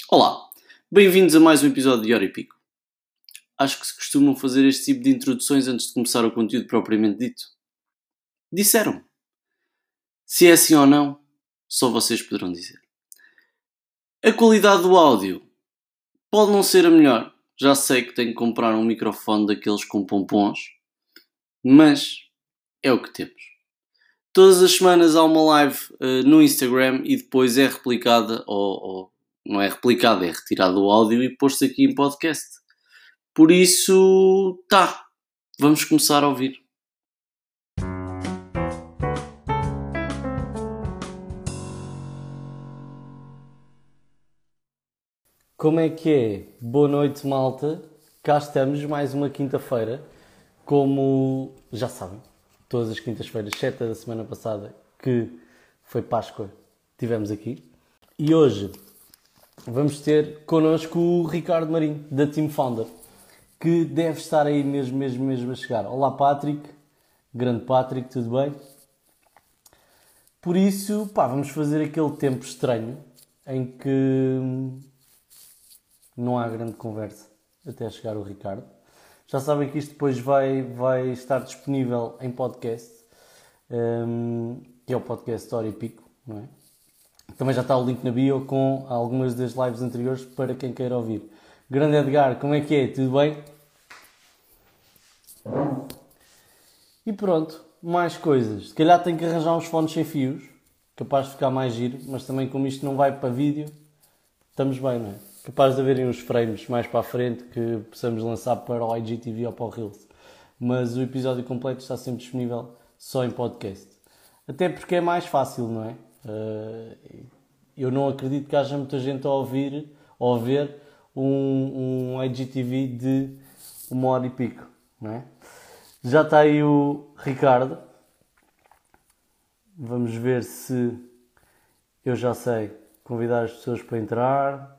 Olá, bem-vindos a mais um episódio de Hora e Pico. Acho que se costumam fazer este tipo de introduções antes de começar o conteúdo propriamente dito. Disseram-me. Se é assim ou não, só vocês poderão dizer. A qualidade do áudio pode não ser a melhor. Já sei que tenho que comprar um microfone daqueles com pompons, mas é o que temos. Todas as semanas há uma live no Instagram e depois é replicada, ou não é replicada, é retirado o áudio e posto aqui em podcast. Por isso, vamos começar a ouvir. Como é que é? Boa noite, malta. Cá estamos, mais uma quinta-feira. Como já sabem, todas as quintas-feiras, exceto da semana passada, que foi Páscoa, estivemos aqui. E hoje vamos ter connosco o Ricardo Marinho, da Team Founder, que deve estar aí mesmo a chegar. Olá, Patrick. Grande Patrick, tudo bem? Por isso, vamos fazer aquele tempo estranho em que não há grande conversa até chegar o Ricardo. Já sabem que isto depois vai estar disponível em podcast, que é o podcast Hora e Pico, não é? Também já está o link na bio com algumas das lives anteriores para quem queira ouvir. Grande Edgar, como é que é? Tudo bem? E pronto, mais coisas. Se calhar tenho que arranjar uns fones sem fios, capaz de ficar mais giro, mas também como isto não vai para vídeo, estamos bem, não é? Capaz de haverem uns frames mais para a frente que possamos lançar para o IGTV ou para o Reels. Mas o episódio completo está sempre disponível só em podcast. Até porque é mais fácil, não é? Eu não acredito que haja muita gente a ouvir ou a ver um IGTV de 1 hora e pico, não é? Já está aí o Ricardo. Vamos ver se eu já sei convidar as pessoas para entrar.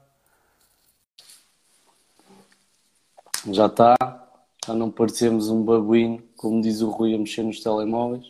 Já está. Já não parecemos um babuíno, como diz o Rui, a mexer nos telemóveis.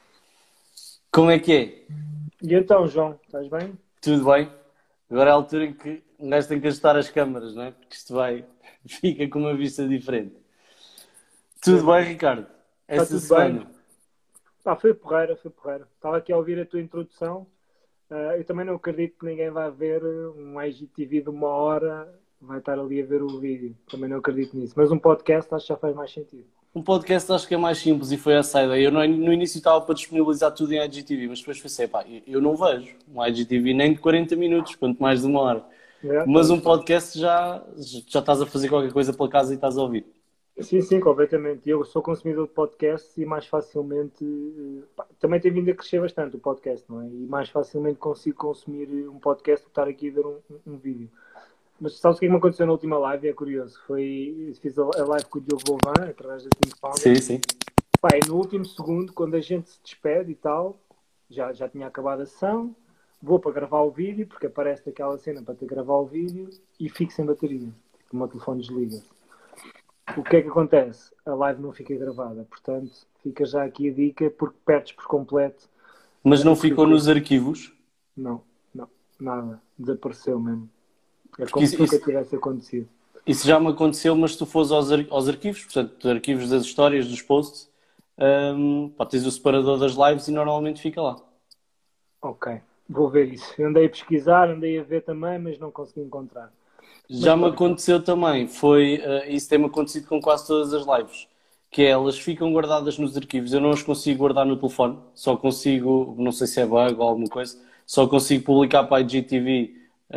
Como é que é? E então, João, estás bem? Tudo bem? Agora é a altura em que um gajo tem que ajustar as câmaras, não é? Porque isto fica com uma vista diferente. Tudo bem, Ricardo? Está Essa tudo semana? bem? Foi porreira. Estava aqui a ouvir a tua introdução. Eu também não acredito que ninguém vai ver um IGTV de 1 hora, vai estar ali a ver o vídeo. Também não acredito nisso. Mas um podcast acho que já faz mais sentido. Um podcast acho que é mais simples e foi essa a ideia. Eu no início estava para disponibilizar tudo em IGTV, mas depois pensei, eu não vejo um IGTV nem de 40 minutos, quanto mais de 1 hora. Mas um podcast já estás a fazer qualquer coisa pela casa e estás a ouvir. Sim, completamente. Eu sou consumidor de podcasts e mais facilmente... também tem vindo a crescer bastante o podcast, não é? E mais facilmente consigo consumir um podcast do que estar aqui a ver um vídeo. Mas sabes o que é que me aconteceu na última live? É curioso. Fiz a live com o Diogo Louvain, através da Team Founder. Sim. E no último segundo, quando a gente se despede e tal, já tinha acabado a sessão, vou para gravar o vídeo, porque aparece aquela cena para ter que gravar o vídeo, e fico sem bateria. O meu telefone desliga. O que é que acontece? A live não fica gravada. Portanto, fica já aqui a dica, porque perdes por completo. Mas não ficou nos arquivos? Não, nada. Desapareceu mesmo. É como se nunca tivesse acontecido. Isso já me aconteceu, mas se tu fores aos arquivos, portanto, arquivos das histórias, dos posts, tens o separador das lives e normalmente fica lá. Ok, vou ver isso. Eu andei a pesquisar, andei a ver também, mas não consegui encontrar. Já me aconteceu também, isso tem-me acontecido com quase todas as lives, que é, elas ficam guardadas nos arquivos, eu não as consigo guardar no telefone, só consigo, não sei se é bug ou alguma coisa, só consigo publicar para a IGTV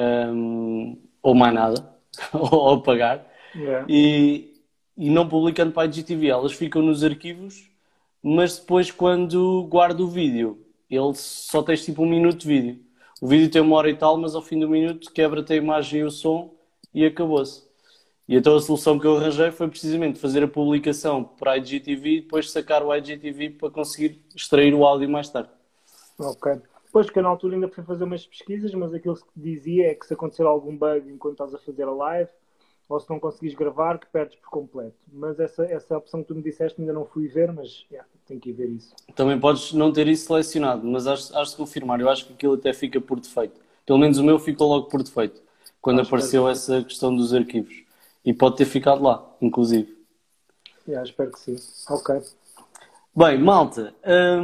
ou mais nada, ou apagar, e não publicando para a IGTV, elas ficam nos arquivos, mas depois quando guardo o vídeo, ele só tens tipo 1 minuto de vídeo. O vídeo tem 1 hora e tal, mas ao fim do minuto quebra-te a imagem e o som e acabou-se. E então a solução que eu arranjei foi precisamente fazer a publicação para a IGTV e depois sacar o IGTV para conseguir extrair o áudio mais tarde. Ok. Depois que eu na altura ainda fui fazer umas pesquisas, mas aquilo que dizia é que se acontecer algum bug enquanto estás a fazer a live, ou se não conseguires gravar, que perdes por completo. Mas essa opção que tu me disseste ainda não fui ver, mas tenho que ir ver isso. Também podes não ter isso selecionado, mas has de confirmar. Eu acho que aquilo até fica por defeito. Pelo menos o meu ficou logo por defeito. quando Espero apareceu que essa questão dos arquivos. E pode ter ficado lá, inclusive. espero que sim. Ok. Bem, malta,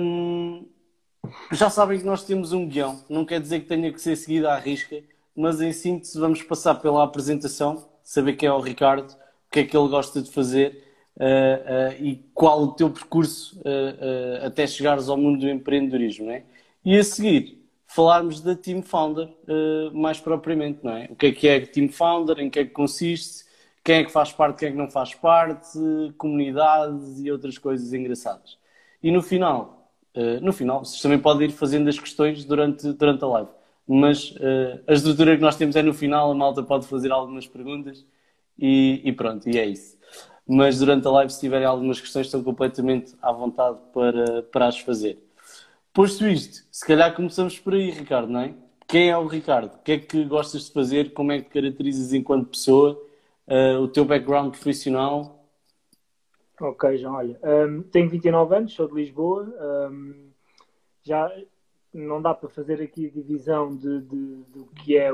já sabem que nós temos um guião. Não quer dizer que tenha que ser seguido à risca, mas em síntese vamos passar pela apresentação, saber quem é o Ricardo, o que é que ele gosta de fazer e qual o teu percurso até chegares ao mundo do empreendedorismo, não é? E a seguir, falarmos da Team Founder mais propriamente, não é? O que é Team Founder, em que é que consiste, quem é que faz parte, quem é que não faz parte, comunidades e outras coisas engraçadas. E no final, vocês também podem ir fazendo as questões durante a live. Mas a estrutura que nós temos é no final, a malta pode fazer algumas perguntas e pronto, e é isso. Mas durante a live, se tiverem algumas questões, estão completamente à vontade para as fazer. Posto isto, se calhar começamos por aí, Ricardo, não é? Quem é o Ricardo? O que é que gostas de fazer? Como é que te caracterizas enquanto pessoa? O teu background profissional? Ok, João, olha, tenho 29 anos, sou de Lisboa, já não dá para fazer aqui a divisão do que é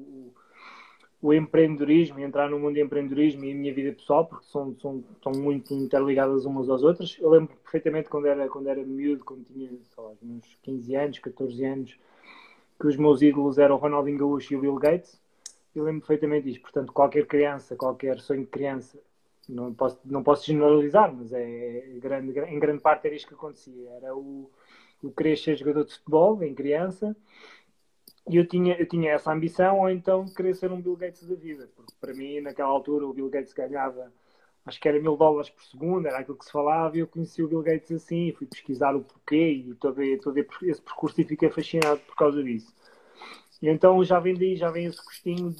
o empreendedorismo, entrar no mundo do empreendedorismo e a minha vida pessoal, porque estão muito interligadas umas às outras. Eu lembro perfeitamente quando era miúdo, quando tinha, sei lá, uns 15 anos, 14 anos, que os meus ídolos eram o Ronaldinho Gaúcho e o Bill Gates. Eu lembro perfeitamente disto. Portanto, qualquer criança, qualquer sonho de criança, não posso generalizar, mas em grande parte era isto que acontecia. Era o querer ser jogador de futebol em criança e eu tinha essa ambição, ou então querer ser um Bill Gates da vida, porque para mim, naquela altura, o Bill Gates ganhava, acho que era $1000 por segundo, era aquilo que se falava, e eu conheci o Bill Gates assim, e fui pesquisar o porquê e todo esse percurso e fiquei fascinado por causa disso. E então já vem daí, já vem esse gostinho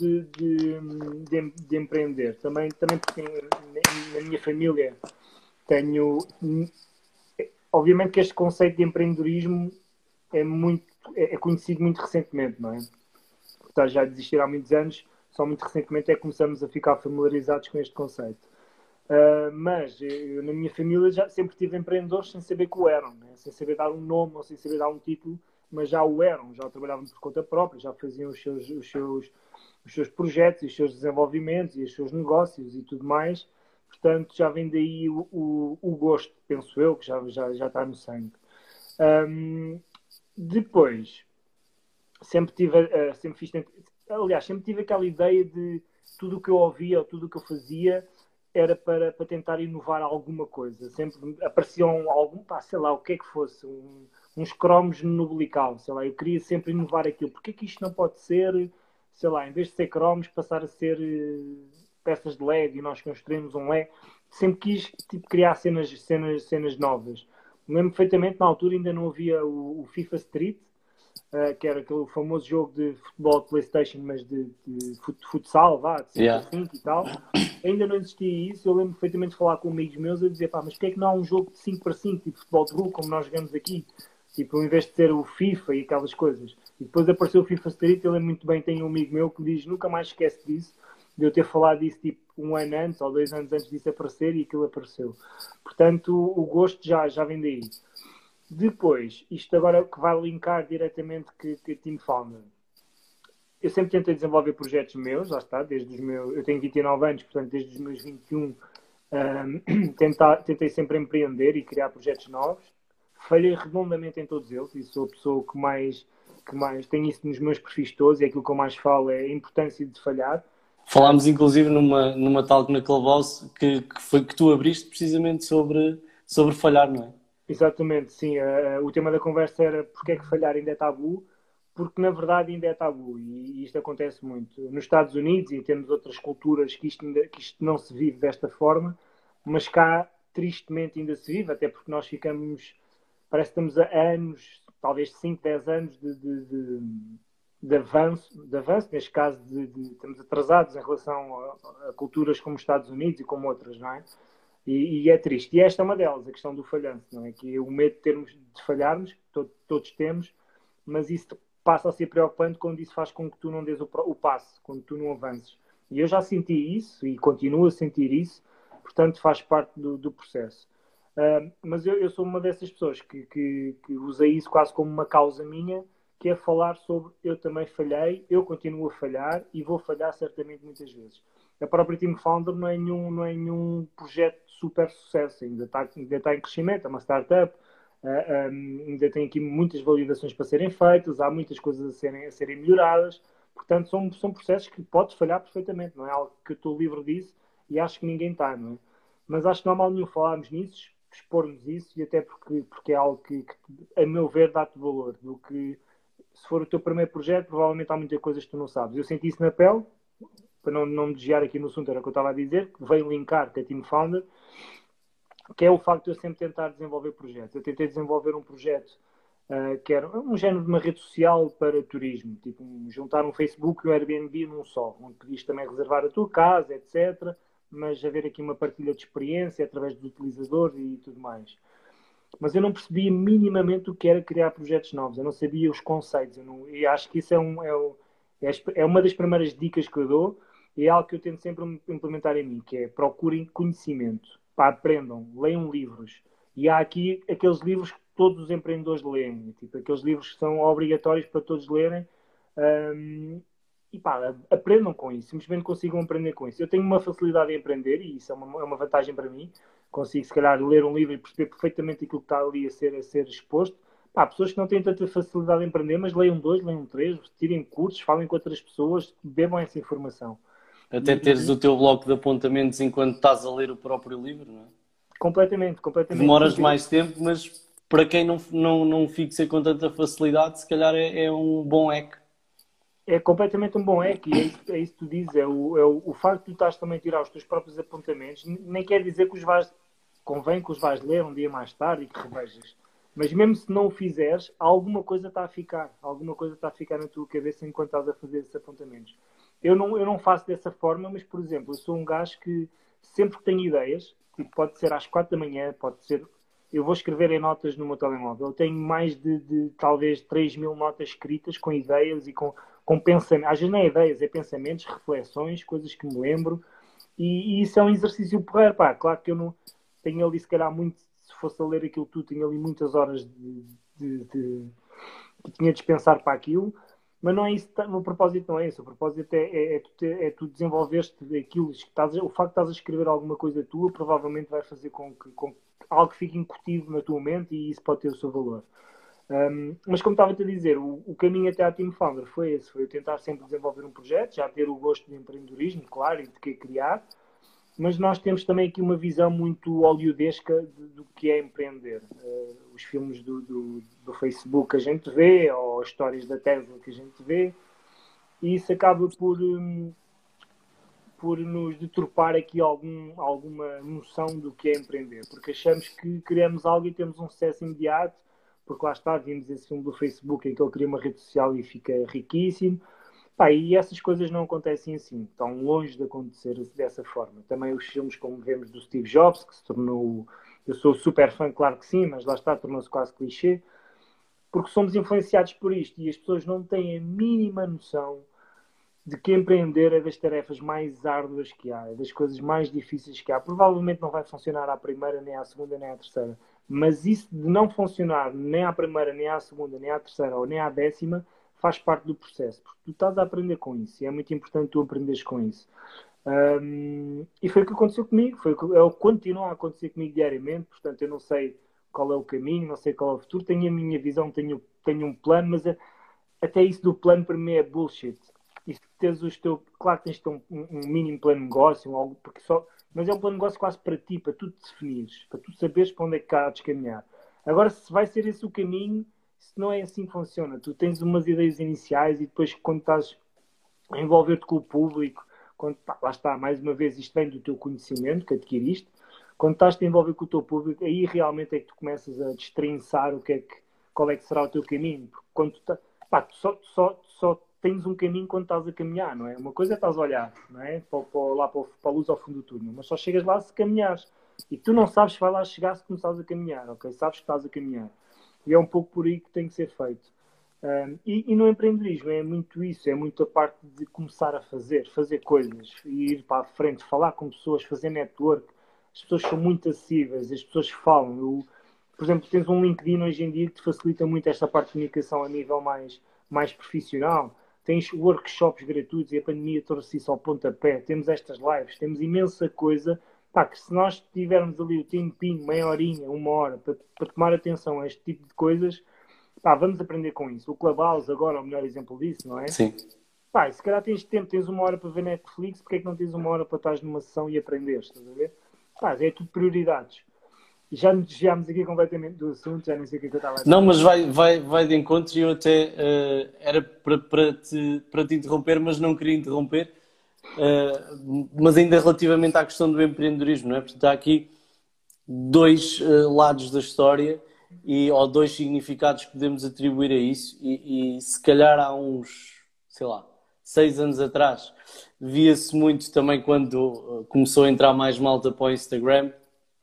de empreender. Também porque na minha família tenho. Obviamente que este conceito de empreendedorismo é conhecido muito recentemente, não é? Está já a existir há muitos anos, só muito recentemente é que começamos a ficar familiarizados com este conceito. Mas eu, na minha família, já sempre tive empreendedores sem saber que o eram, né? Sem saber dar um nome ou sem saber dar um título, mas já o eram, já trabalhavam por conta própria, já faziam os seus projetos, os seus desenvolvimentos e os seus negócios e tudo mais. Portanto, já vem daí o gosto, penso eu, que já está no sangue. Depois, sempre tive aquela ideia de tudo o que eu ouvia ou tudo o que eu fazia era para tentar inovar alguma coisa. Sempre apareciam sei lá, o que é que fosse, uns cromos no Nobilical, sei lá, eu queria sempre inovar aquilo. Porquê que isto não pode ser, sei lá, em vez de ser cromos, passar a ser peças de LED e nós construímos um LED? Sempre quis tipo, criar cenas novas. Lembro perfeitamente, na altura ainda não havia o FIFA Street, que era aquele famoso jogo de futebol de PlayStation, mas de futsal, de 5 a 5 e tal. Ainda não existia isso. Eu lembro perfeitamente de falar com amigos meus a dizer, mas porquê é que não há um jogo de 5 para 5, tipo futebol de rua, como nós jogamos aqui? Tipo, em vez de ser o FIFA e aquelas coisas. E depois apareceu o FIFA Street. Eu lembro muito bem, tenho um amigo meu que diz, nunca mais esquece disso, de eu ter falado disso tipo 1 ano antes ou 2 anos antes disso aparecer, e aquilo apareceu. Portanto, o gosto já vem daí. Depois, isto agora que vai linkar diretamente que Team Founder. Eu sempre tentei desenvolver projetos meus, lá está, eu tenho 29 anos, portanto desde os meus 21 tentei sempre empreender e criar projetos novos. Falhei redondamente em todos eles e sou a pessoa que mais tenho isso nos meus perfis todos, e aquilo que eu mais falo é a importância de falhar. Falámos inclusive numa talk na Clubhouse que foi que tu abriste precisamente sobre falhar, não é? Exatamente, sim. O tema da conversa era porque é que falhar ainda é tabu, porque na verdade ainda é tabu e isto acontece muito. Nos Estados Unidos, e temos outras culturas que isto não se vive desta forma, mas cá tristemente ainda se vive, até porque nós parece que estamos a anos, talvez 5, 10 anos de avanço, neste caso estamos atrasados em relação a culturas como os Estados Unidos e como outras, não é? E é triste. E esta é uma delas, a questão do falhanço, não é? Que é o medo de falharmos, todos temos, mas isso passa a ser preocupante quando isso faz com que tu não dês o passo, quando tu não avances. E eu já senti isso e continuo a sentir isso, portanto faz parte do processo. Mas eu sou uma dessas pessoas que usa isso quase como uma causa minha, que é falar sobre eu também falhei, eu continuo a falhar e vou falhar certamente muitas vezes. A própria Team Founder não é nenhum projeto de super sucesso, ainda está em crescimento, é uma startup, ainda tem aqui muitas validações para serem feitas, há muitas coisas a serem melhoradas, portanto são processos que podes falhar perfeitamente, não é algo que eu estou livre disso e acho que ninguém está, não é? Mas acho que não há mal nenhum falarmos nisso, expormos isso, e até porque é algo que, a meu ver, dá-te valor, do que se for o teu primeiro projeto, provavelmente há muitas coisas que tu não sabes. Eu senti isso na pele, para não me desviar aqui no assunto, era o que eu estava a dizer, que veio linkar com a Team Founder, que é o facto de eu sempre tentar desenvolver projetos. Eu tentei desenvolver um projeto que era um género de uma rede social para turismo, tipo juntar um Facebook e um Airbnb num só, onde podias também reservar a tua casa, etc., mas haver aqui uma partilha de experiência através dos utilizadores e tudo mais. Mas eu não percebia minimamente o que era criar projetos novos, eu não sabia os conceitos, e acho que isso é uma das primeiras dicas que eu dou, e é algo que eu tento sempre implementar em mim, que é procurem conhecimento, pá, aprendam, leiam livros. E há aqui aqueles livros que todos os empreendedores leem, tipo, aqueles livros que são obrigatórios para todos lerem, e pá, aprendam com isso, simplesmente consigam aprender com isso. Eu tenho uma facilidade em aprender, e isso é uma vantagem para mim, consigo se calhar ler um livro e perceber perfeitamente aquilo que está ali a ser exposto. Pá, há pessoas que não têm tanta facilidade em aprender, mas leiam dois, leiam três, tirem cursos, falem com outras pessoas, bebam essa informação. Até teres o teu bloco de apontamentos enquanto estás a ler o próprio livro, não é? Completamente. Demoras mais tempo, mas para quem não fixa com tanta facilidade, se calhar é um bom hack. É completamente um bom hack, e é isso que tu dizes, o facto de tu estás também a tirar os teus próprios apontamentos, nem quer dizer que convém que os vais ler um dia mais tarde e que revejas. Mas mesmo se não o fizeres, alguma coisa está a ficar na tua cabeça enquanto estás a fazer esses apontamentos. Eu não faço dessa forma, mas, por exemplo, eu sou um gajo que sempre que tenho ideias, tipo, pode ser às 4 da manhã, pode ser... Eu vou escrever em notas no meu telemóvel. Eu tenho mais de talvez 3.000 notas escritas com ideias e com pensamentos. Às vezes não é ideias, é pensamentos, reflexões, coisas que me lembro. E isso é um exercício porreiro, pá. Claro que eu não tenho ali, se calhar, muito... Se fosse a ler aquilo tudo, tinha ali muitas horas que tinha de pensar para aquilo. Mas não é isso, o propósito não é esse. O propósito tu desenvolveres aquilo que estás, o facto de estás a escrever alguma coisa tua provavelmente vai fazer com que algo fique incutido na tua mente, e isso pode ter o seu valor. Mas como estava-te a dizer, o caminho até à Team Founder foi esse, foi eu tentar sempre desenvolver um projeto, já ter o gosto de empreendedorismo, claro, e de que criar, mas nós temos também aqui uma visão muito hollywoodesca do que é empreender. Os filmes do Facebook que a gente vê, ou as histórias da Tesla que a gente vê, e isso acaba por nos deturpar aqui alguma noção do que é empreender, porque achamos que criamos algo e temos um sucesso imediato, porque lá está, vimos esse filme do Facebook em que ele cria uma rede social e fica riquíssimo. Pá, e essas coisas não acontecem assim, estão longe de acontecer dessa forma. Também os filmes, como vemos, do Steve Jobs, que se tornou... Eu sou super fã, claro que sim, mas lá está, tornou-se quase clichê, porque somos influenciados por isto e as pessoas não têm a mínima noção de que empreender é das tarefas mais árduas que há, é das coisas mais difíceis que há. Provavelmente não vai funcionar à primeira, nem à segunda, nem à terceira, mas isso de não funcionar nem à primeira, nem à segunda, nem à terceira ou nem à décima faz parte do processo, porque tu estás a aprender com isso e é muito importante tu aprenderes com isso. E foi o que aconteceu comigo, é o que continua a acontecer comigo diariamente. Portanto, eu não sei qual é o caminho, não sei qual é o futuro, tenho a minha visão, tenho um plano, mas até isso do plano para mim é bullshit. E se tens claro que tens de ter um mínimo plano de negócio, algo, mas é um plano de negócio quase para ti, para tu te definires, para tu saberes para onde é que há de caminhar. Agora, se vai ser esse o caminho, se não é assim que funciona. Tu tens umas ideias iniciais e depois, quando estás a envolver-te com o público, lá está, mais uma vez, isto vem do teu conhecimento que adquiriste, quando estás a envolver com o teu público, aí realmente é que tu começas a destrinçar qual é que será o teu caminho. Porque quando tu só tens um caminho quando estás a caminhar, não é? Uma coisa é estás a olhar, não é? Para a luz ao fundo do túnel, mas só chegas lá se caminhares. E tu não sabes se vai lá chegar se começares a caminhar, ok? Sabes que estás a caminhar. E é um pouco por aí que tem que ser feito. E no empreendedorismo é muito isso, é muito a parte de começar a fazer coisas, e ir para a frente, falar com pessoas, fazer network. As pessoas são muito acessíveis, as pessoas falam. Por exemplo, tens um LinkedIn hoje em dia que te facilita muito esta parte de comunicação a nível mais profissional. Tens workshops gratuitos e a pandemia trouxe isso ao pontapé. Temos estas lives, temos imensa coisa. Pá, que se nós tivermos ali o tempinho, meia horinha, uma hora, para tomar atenção a este tipo de coisas, pá, vamos aprender com isso. O Clubhouse agora é o melhor exemplo disso, não é? Sim. Pá, se calhar tens tempo, tens uma hora para ver Netflix, porque é que não tens uma hora para estar numa sessão e aprender? Estás a ver? Pá, é tudo prioridades. E já nos desviámos aqui completamente do assunto, já nem sei o que é que eu estava a dizer. Não, mas vai de encontro e eu até era para te interromper, mas não queria interromper. Mas ainda relativamente à questão do empreendedorismo, não é? Portanto, há aqui dois lados da história ou dois significados que podemos atribuir a isso e se calhar há uns, sei lá, 6 anos atrás via-se muito também quando começou a entrar mais malta para o Instagram,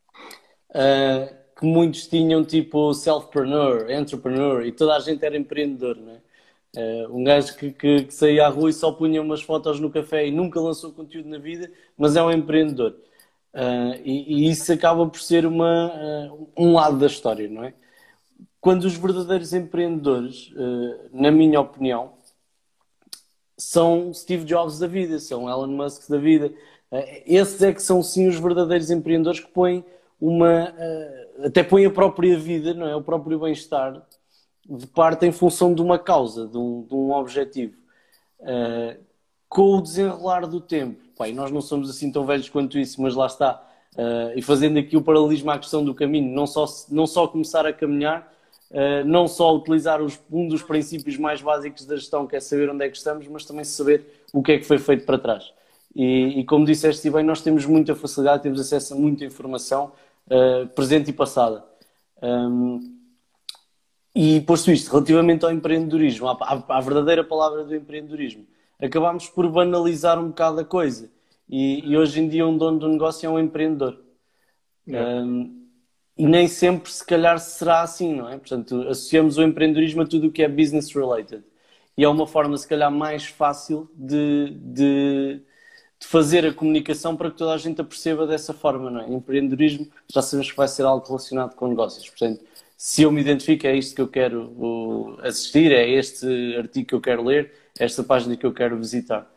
que muitos tinham tipo selfpreneur, entrepreneur e toda a gente era empreendedor, não é? Um gajo que saía à rua e só punha umas fotos no café e nunca lançou conteúdo na vida, mas é um empreendedor. E isso acaba por ser um lado da história, não é? Quando os verdadeiros empreendedores, na minha opinião, são Steve Jobs da vida, são Elon Musk da vida. Esses é que são sim os verdadeiros empreendedores que põem até põem a própria vida, não é? O próprio bem-estar de parte em função de uma causa, de um objetivo. Com o desenrolar do tempo, pá, e nós não somos assim tão velhos quanto isso, mas lá está, e fazendo aqui o paralelismo à questão do caminho, não só começar a caminhar, não só utilizar um dos princípios mais básicos da gestão, que é saber onde é que estamos, mas também saber o que é que foi feito para trás. E como disseste bem, nós temos muita facilidade, temos acesso a muita informação, presente e passada. E posto isto, relativamente ao empreendedorismo, à verdadeira palavra do empreendedorismo, acabámos por banalizar um bocado a coisa. E hoje em dia um dono do negócio é um empreendedor. E nem sempre, se calhar, será assim, não é? Portanto, associamos o empreendedorismo a tudo o que é business related. E é uma forma, se calhar, mais fácil de fazer a comunicação para que toda a gente a perceba dessa forma, não é? Empreendedorismo, já sabemos que vai ser algo relacionado com negócios. Portanto, se eu me identifico, é isto que eu quero assistir, é este artigo que eu quero ler, é esta página que eu quero visitar.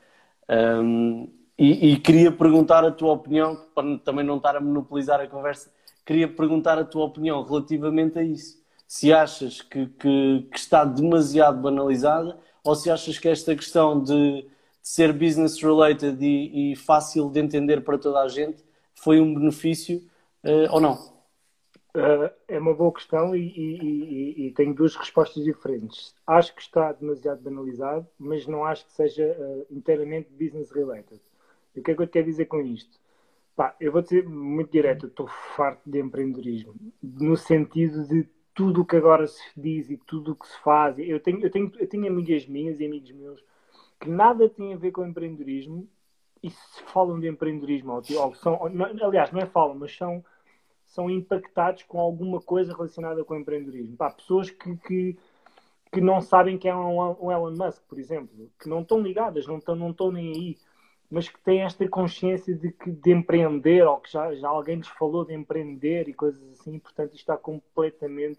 E queria perguntar a tua opinião, para também não estar a monopolizar a conversa, queria perguntar a tua opinião relativamente a isso. Se achas que está demasiado banalizada ou se achas que esta questão de ser business related e fácil de entender para toda a gente foi um benefício ou não? É uma boa questão e tenho duas respostas diferentes. Acho que está demasiado banalizado, mas não acho que seja inteiramente business related. E o que é que eu te quero dizer com isto? Pá, eu vou dizer muito direto, eu estou farto de empreendedorismo, no sentido de tudo o que agora se diz e tudo o que se faz. Eu tenho amigas minhas e amigos meus que nada têm a ver com empreendedorismo e se falam de empreendedorismo, ou são, aliás, não é falam, mas são impactados com alguma coisa relacionada com o empreendedorismo. Pá, pessoas que não sabem quem é um Elon Musk, por exemplo, que não estão ligadas, não estão nem aí, mas que têm esta consciência de empreender, ou que já alguém lhes falou de empreender e coisas assim, portanto isto está completamente...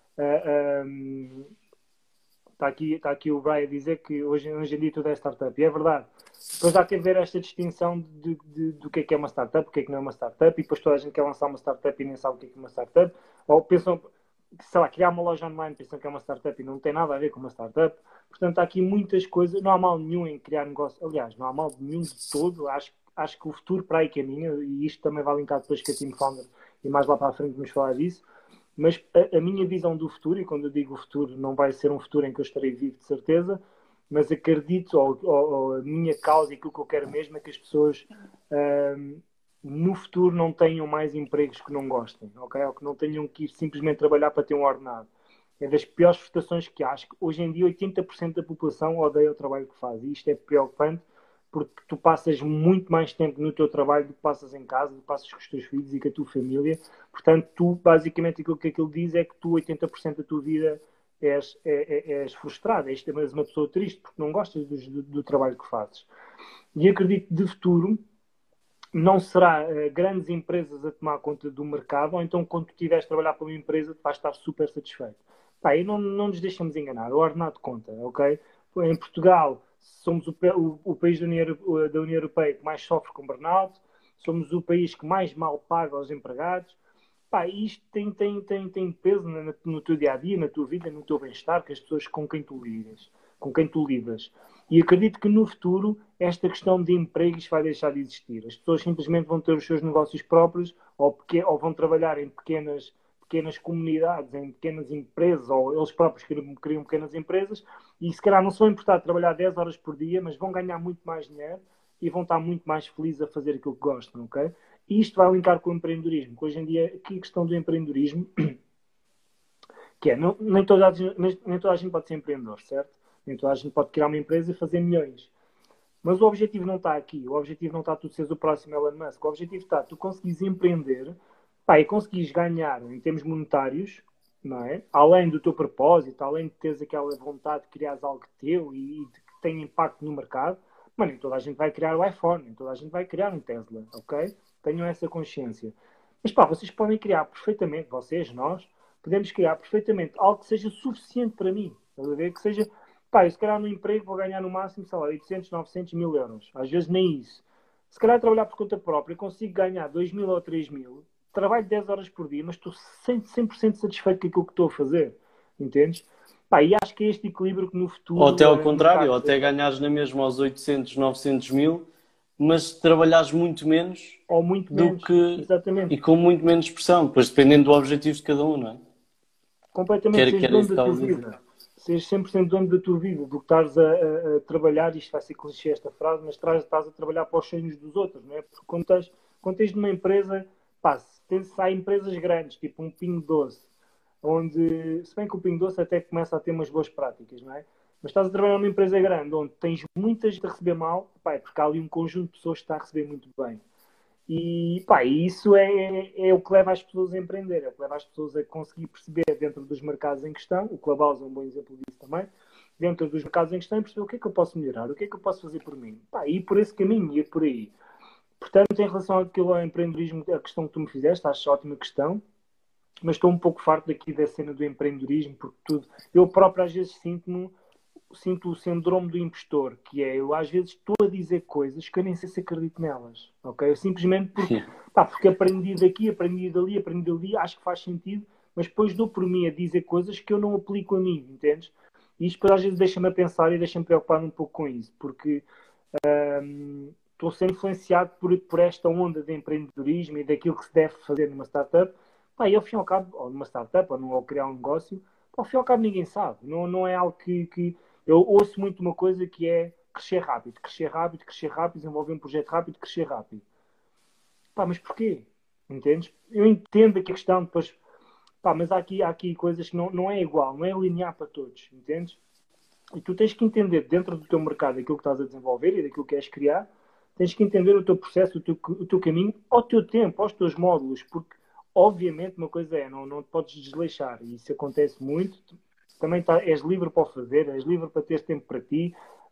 Está aqui o Brian a dizer que hoje em dia tudo é startup, e é verdade. Depois há que haver esta distinção do que é uma startup, o que é que não é uma startup, e depois toda a gente quer lançar uma startup e nem sabe o que é uma startup, ou pensam, sei lá, criar uma loja online, pensam que é uma startup e não tem nada a ver com uma startup. Portanto, há aqui muitas coisas, não há mal nenhum em criar negócio, aliás, não há mal nenhum de todo, acho que o futuro para aí caminha, e isto também vai linkar depois com a Team Founder, e mais lá para a frente vamos falar disso. Mas a minha visão do futuro, e quando eu digo futuro, não vai ser um futuro em que eu estarei vivo de certeza, mas acredito, ou a minha causa e aquilo que eu quero mesmo é que as pessoas no futuro não tenham mais empregos que não gostem, ok? Ou que não tenham que ir simplesmente trabalhar para ter um ordenado. É das piores frustrações que acho. Hoje em dia 80% da população odeia o trabalho que faz, e isto é preocupante, porque tu passas muito mais tempo no teu trabalho do que passas em casa, do que passas com os teus filhos e com a tua família. Portanto, tu, basicamente, aquilo que aquilo diz é que tu, 80% da tua vida, és frustrado, és uma pessoa triste, porque não gostas do trabalho que fazes. E acredito que, de futuro, não será grandes empresas a tomar conta do mercado, ou então, quando tu estiveres a trabalhar para uma empresa, tu vais estar super satisfeito. Pá, e não nos deixamos enganar, o ordenado conta, ok? Em Portugal, somos o país da União Europeia que mais sofre com burnout, somos o país que mais mal paga aos empregados. Pá, isto tem peso no teu dia-a-dia, na tua vida, no teu bem-estar, com as pessoas com quem tu lidas. E acredito que no futuro esta questão de empregos vai deixar de existir. As pessoas simplesmente vão ter os seus negócios próprios ou vão trabalhar em pequenas comunidades, em pequenas empresas, ou eles próprios criam pequenas empresas, e se calhar não se vão importar de trabalhar 10 horas por dia, mas vão ganhar muito mais dinheiro e vão estar muito mais felizes a fazer aquilo que gostam, ok? E isto vai linkar com o empreendedorismo, que hoje em dia, aqui a questão do empreendedorismo, que é, nem toda a gente pode ser empreendedor, certo? Nem toda a gente pode criar uma empresa e fazer milhões. Mas o objetivo não está aqui. O objetivo não está tu seres o próximo Elon Musk. O objetivo está tu conseguires empreender, pá, e conseguires ganhar em termos monetários, não é? Além do teu propósito, além de teres aquela vontade de criares algo teu e de que tenha impacto no mercado, mano, nem toda a gente vai criar o iPhone, nem toda a gente vai criar um Tesla, ok? Tenham essa consciência. Mas pá, vocês podem criar perfeitamente, vocês, nós, podemos criar perfeitamente algo que seja suficiente para mim. Estás a ver? Que seja, pá, eu se calhar no emprego vou ganhar no máximo, sei lá, 800, 900 mil euros. Às vezes nem isso. Se calhar trabalhar por conta própria, consigo ganhar 2 mil ou 3 mil, trabalho 10 horas por dia, mas estou 100% satisfeito com aquilo que estou a fazer. Entendes? Pá, e acho que é este equilíbrio que no futuro... Ou até ao contrário, ou até ganhares na mesma aos 800, 900 mil, mas trabalhares muito menos ou muito do menos, que... exatamente. E com muito menos pressão, depois dependendo do objetivo de cada um, não é? Completamente, seres dono da tua vida. Seres 100% dono da tua vida, do que estás a trabalhar, isto vai ser clichê esta frase, mas estás a trabalhar para os sonhos dos outros, não é? Porque quando tens numa empresa, pá, se há empresas grandes, tipo um Pingo Doce, onde, se bem que o Pingo Doce até começa a ter umas boas práticas, não é? Mas estás a trabalhar numa empresa grande, onde tens muita gente a receber mal, pá, é porque há ali um conjunto de pessoas que está a receber muito bem. E pá, isso é o que leva as pessoas a empreender, é o que leva as pessoas a conseguir perceber dentro dos mercados em questão, o Clubhouse é um bom exemplo disso também, dentro dos mercados em questão, perceber o que é que eu posso melhorar, o que é que eu posso fazer por mim. Pá, ir por esse caminho, ir por aí. Portanto, em relação àquilo ao empreendedorismo, a questão que tu me fizeste, acho ótima questão, mas estou um pouco farto daqui da cena do empreendedorismo, porque eu próprio às vezes sinto o síndrome do impostor, que é, eu às vezes estou a dizer coisas que eu nem sei se acredito nelas, ok? Eu simplesmente porque aprendi daqui, aprendi dali, acho que faz sentido, mas depois dou por mim a dizer coisas que eu não aplico a mim, entendes? E isto às vezes deixa-me a pensar e deixa-me preocupar um pouco com isso, porque estou a ser influenciado por esta onda de empreendedorismo e daquilo que se deve fazer numa startup, e ao fim e ao cabo, ou numa startup, ou criar um negócio, ao fim e ao cabo ninguém sabe, não é algo que eu ouço muito uma coisa que é crescer rápido, desenvolver um projeto rápido, crescer rápido. Pá, mas porquê? Entendes? Eu entendo que a questão depois... Pá, mas há aqui coisas que não é igual, não é linear para todos, entendes? E tu tens que entender dentro do teu mercado aquilo que estás a desenvolver e daquilo que queres criar, tens que entender o teu processo, o teu caminho, ao teu tempo, aos teus módulos, porque obviamente uma coisa é, não te podes desleixar, e isso acontece muito. Também és livre para o fazer, és livre para ter tempo para ti.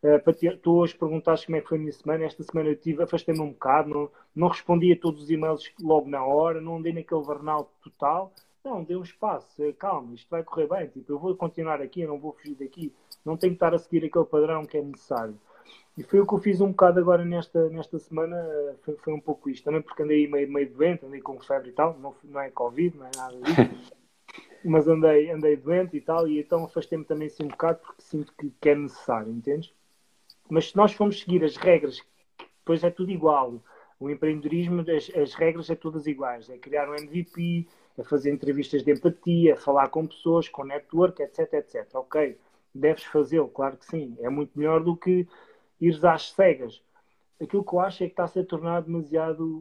Tu hoje perguntaste como é que foi a minha semana. Esta semana eu afastei-me um bocado, não respondi a todos os e-mails logo na hora, não andei naquele burnout total. Não, dei um espaço, calma, isto vai correr bem. Tipo, eu vou continuar aqui, eu não vou fugir daqui. Não tenho que estar a seguir aquele padrão que é necessário. E foi o que eu fiz um bocado agora nesta semana, foi um pouco isto. Também porque andei meio doente, andei com febre e tal, não é Covid, não é nada disso. Mas andei doente e tal, e então afastei-me também assim um bocado porque sinto que é necessário, entendes? Mas se nós formos seguir as regras, depois é tudo igual. O empreendedorismo, as regras é todas iguais. É criar um MVP, é fazer entrevistas de empatia, é falar com pessoas, com network, etc, etc. Ok, deves fazê-lo, claro que sim. É muito melhor do que ires às cegas. Aquilo que eu acho é que está-se a tornar demasiado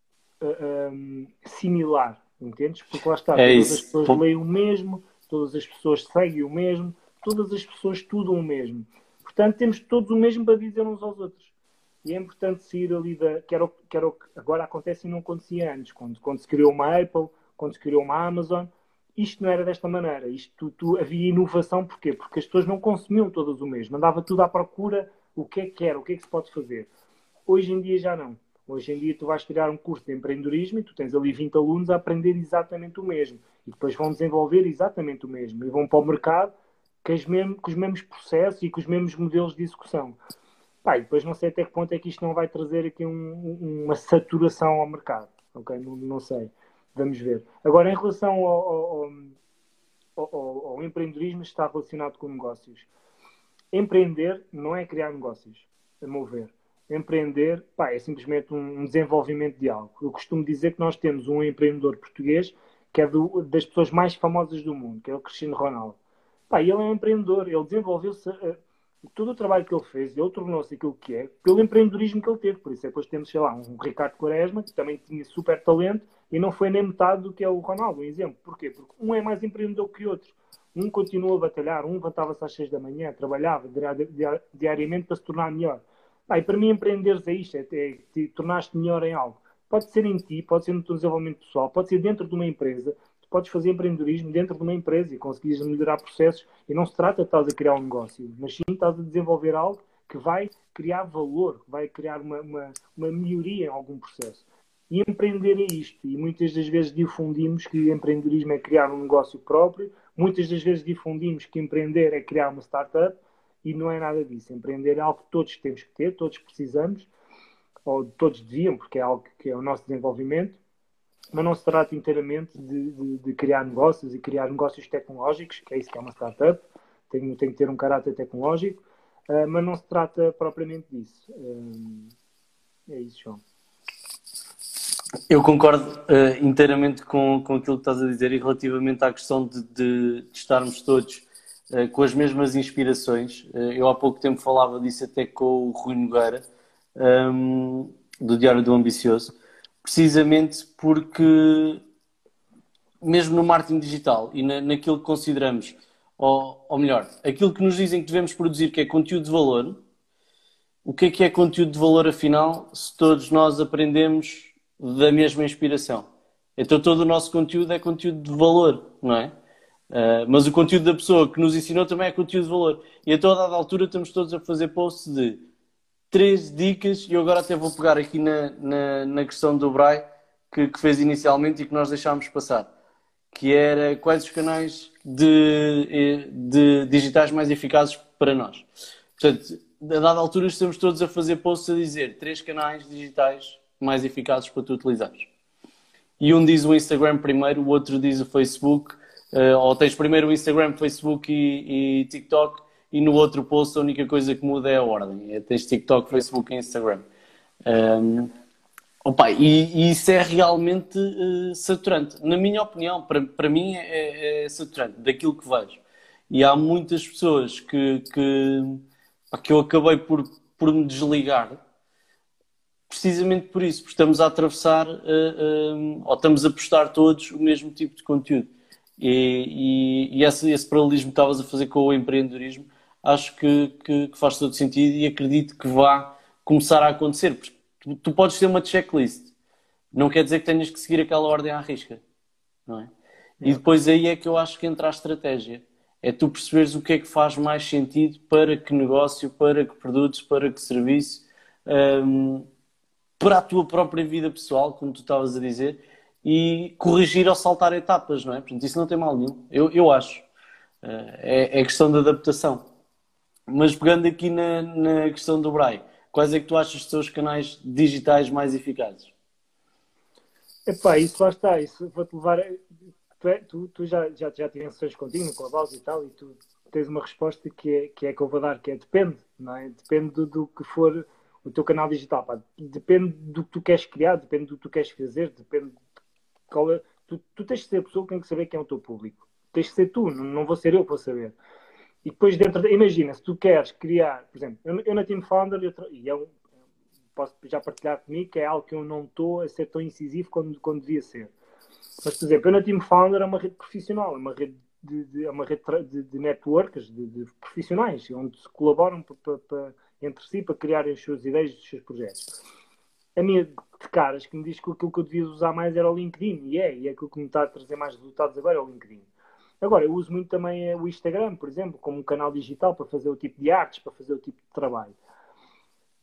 similar, entendes? Porque lá está, todas as pessoas leem o mesmo, todas as pessoas seguem o mesmo, todas as pessoas estudam o mesmo. Portanto, temos todos o mesmo para dizer uns aos outros. E é importante sair ali que era o que agora acontece e não acontecia antes. Quando se criou uma Apple, quando se criou uma Amazon, isto não era desta maneira. Havia inovação, porquê? Porque as pessoas não consumiam todas o mesmo. Andava tudo à procura, o que é que era, o que é que se pode fazer. Hoje em dia já não. Hoje em dia tu vais criar um curso de empreendedorismo e tu tens ali 20 alunos a aprender exatamente o mesmo. E depois vão desenvolver exatamente o mesmo. E vão para o mercado com os mesmos processos e com os mesmos modelos de execução. Pá, e depois não sei até que ponto é que isto não vai trazer aqui uma saturação ao mercado. Ok? Não sei. Vamos ver. Agora, em relação ao empreendedorismo, está relacionado com negócios. Empreender não é criar negócios, a meu ver. Empreender, pá, é simplesmente um desenvolvimento de algo. Eu costumo dizer que nós temos um empreendedor português que é das pessoas mais famosas do mundo, que é o Cristiano Ronaldo. Pá, ele é um empreendedor, ele desenvolveu-se, todo o trabalho que ele fez, ele tornou-se aquilo que é, pelo empreendedorismo que ele teve. Por isso é que depois temos, sei lá, um Ricardo Quaresma, que também tinha super talento e não foi nem metade do que é o Ronaldo, um exemplo. Porquê? Porque um é mais empreendedor que o outro. Um continua a batalhar, um levantava-se às 6 da manhã, trabalhava diariamente para se tornar melhor. Pá, e para mim, empreenderes é isto, é tornar-te melhor em algo. Pode ser em ti, pode ser no teu desenvolvimento pessoal, pode ser dentro de uma empresa. Tu podes fazer empreendedorismo dentro de uma empresa e conseguires melhorar processos. E não se trata de estás a criar um negócio, mas sim estás a desenvolver algo que vai criar valor, que vai criar uma melhoria em algum processo. E empreender é isto. E muitas das vezes difundimos que empreendedorismo é criar um negócio próprio. Muitas das vezes difundimos que empreender é criar uma startup. E não é nada disso. Empreender é algo que todos temos que ter, todos precisamos, ou todos deviam, porque é algo que é o nosso desenvolvimento. Mas não se trata inteiramente de criar negócios e criar negócios tecnológicos, que é isso que é uma startup. Tem que ter um caráter tecnológico. Mas não se trata propriamente disso. É isso, João. Eu concordo inteiramente com aquilo que estás a dizer e relativamente à questão de estarmos todos com as mesmas inspirações. Eu há pouco tempo falava disso até com o Rui Nogueira, do Diário do Ambicioso, precisamente porque mesmo no marketing digital e naquilo que consideramos, ou melhor, aquilo que nos dizem que devemos produzir, que é conteúdo de valor, o que é conteúdo de valor afinal, se todos nós aprendemos da mesma inspiração? Então todo o nosso conteúdo é conteúdo de valor, não é? Mas o conteúdo da pessoa que nos ensinou também é conteúdo de valor. E a toda a altura estamos todos a fazer posts de 3 dicas, e eu agora até vou pegar aqui na questão do Bray, que fez inicialmente e que nós deixámos passar, que era quais os canais de digitais mais eficazes para nós. Portanto, a dada altura estamos todos a fazer posts a dizer 3 canais digitais mais eficazes para tu utilizares. E um diz o Instagram primeiro, o outro diz o Facebook, ou tens primeiro o Instagram, Facebook e TikTok, e no outro post a única coisa que muda é a ordem. Tens TikTok, Facebook e Instagram. E isso é realmente saturante. Na minha opinião, para mim é saturante, daquilo que vejo. E há muitas pessoas que eu acabei por me desligar, precisamente por isso, porque estamos a atravessar, ou estamos a postar todos o mesmo tipo de conteúdo. E esse paralelismo que estavas a fazer com o empreendedorismo, acho que faz todo sentido e acredito que vá começar a acontecer. Porque tu podes ter uma checklist, não quer dizer que tenhas que seguir aquela ordem à risca, não é? E depois aí é que eu acho que entra a estratégia. É tu perceberes o que é que faz mais sentido para que negócio, para que produtos, para que serviço, para a tua própria vida pessoal, como tu estavas a dizer, e corrigir ou saltar etapas, não é? Portanto, isso não tem mal nenhum, eu acho. É questão de adaptação. Mas pegando aqui na questão do Bray, quais é que tu achas que são os canais digitais mais eficazes? Epá, isso lá está, isso vou-te levar. Tu já tiveste sessões contigo no Clubhouse e tal, e tu tens uma resposta que é que eu vou dar, que é depende, não é? Depende do que for o teu canal digital, pá. Depende do que tu queres criar, depende do que tu queres fazer, depende de qual é. Tu tens de ser a pessoa que tem que saber quem é o teu público. Tens de ser tu, não vou ser eu para saber. E depois imagina, se tu queres criar, por exemplo, eu na Team Founder, posso já partilhar comigo que é algo que eu não estou a ser tão incisivo quando devia ser. Mas, por exemplo, eu na Team Founder é uma rede profissional, é uma rede de networkers, de profissionais, onde se colaboram entre si para criarem as suas ideias e os seus projetos. A minha de caras que me diz que aquilo que eu devia usar mais era o LinkedIn, e aquilo que me está a trazer mais resultados agora é o LinkedIn. Agora, eu uso muito também o Instagram, por exemplo, como um canal digital para fazer o tipo de artes, para fazer o tipo de trabalho.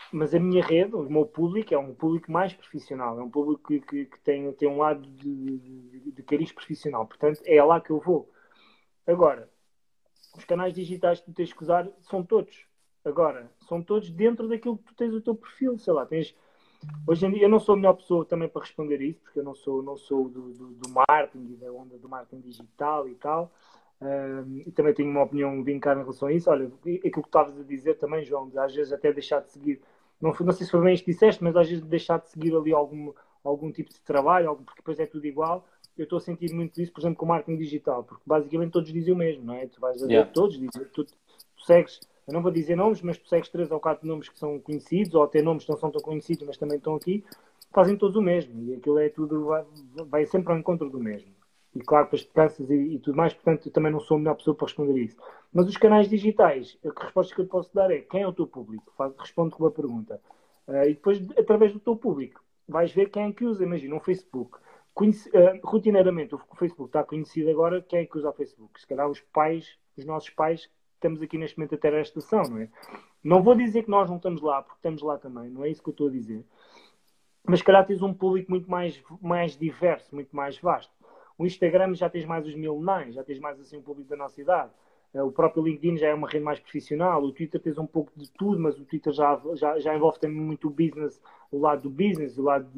Mas a minha rede, o meu público, é um público mais profissional, é um público que tem um lado de cariz profissional, portanto é lá que eu vou. Agora, os canais digitais que tu tens que usar são todos. Agora, são todos dentro daquilo que tu tens o teu perfil, sei lá, hoje em dia eu não sou a melhor pessoa também para responder isso, porque eu não sou do marketing e da onda do marketing digital e tal. E também tenho uma opinião vincada em relação a isso. Olha, aquilo que tu estavas a dizer também, João, de às vezes até deixar de seguir, não sei se foi bem isto que disseste, mas às vezes deixar de seguir ali algum tipo de trabalho, porque depois é tudo igual. Eu estou a sentir muito isso, por exemplo, com o marketing digital, porque basicamente todos dizem o mesmo, não é? Tu vais a ver, Yeah. todos dizem, tu segues, eu não vou dizer nomes, mas tu segues 3 ou 4 nomes que são conhecidos, ou até nomes que não são tão conhecidos, mas também estão aqui, fazem todos o mesmo, e aquilo é tudo, vai sempre ao encontro do mesmo. E claro, depois te cansas e tudo mais, portanto eu também não sou a melhor pessoa para responder isso. Mas os canais digitais, a resposta que eu te posso dar é: quem é o teu público? Responde com uma pergunta. E depois, através do teu público, vais ver quem é que usa. Imagina, um Facebook. Rotineiramente, o Facebook está conhecido agora. Quem é que usa o Facebook? Se calhar os pais, os nossos pais, que estamos aqui neste momento até esta estação, não é? Não vou dizer que nós não estamos lá, porque estamos lá também, não é isso que eu estou a dizer. Mas se calhar tens um público muito mais diverso, muito mais vasto. O Instagram já tens mais os millennials, já tens mais assim um público da nossa idade. O próprio LinkedIn já é uma rede mais profissional. O Twitter tens um pouco de tudo, mas o Twitter já envolve também muito o business, o lado do business, o lado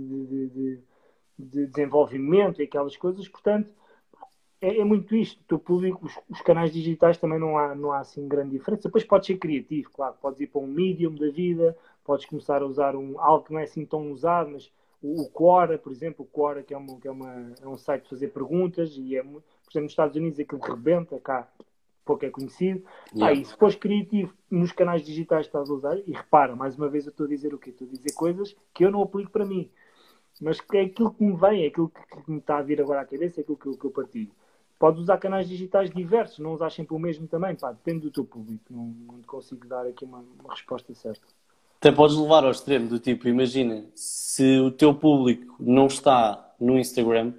de desenvolvimento e aquelas coisas. Portanto, é muito isto. O teu público, os canais digitais também não há assim grande diferença. Depois podes ser criativo, claro. Podes ir para um medium da vida, podes começar a usar algo que não é assim tão usado, mas o Quora, por exemplo, o Quora que é um site de fazer perguntas e por exemplo, nos Estados Unidos aquilo rebenta, cá pouco é conhecido. Yeah. E se fores criativo nos canais digitais que estás a usar, e repara, mais uma vez eu estou a dizer o quê? Estou a dizer coisas que eu não aplico para mim, mas que é aquilo que me vem, é aquilo que me está a vir agora à cabeça, é aquilo que eu partilho. Podes usar canais digitais diversos, não usar sempre o mesmo também, pá, depende do teu público. Não te consigo dar aqui uma resposta certa. Até podes levar ao extremo do tipo, imagina, se o teu público não está no Instagram,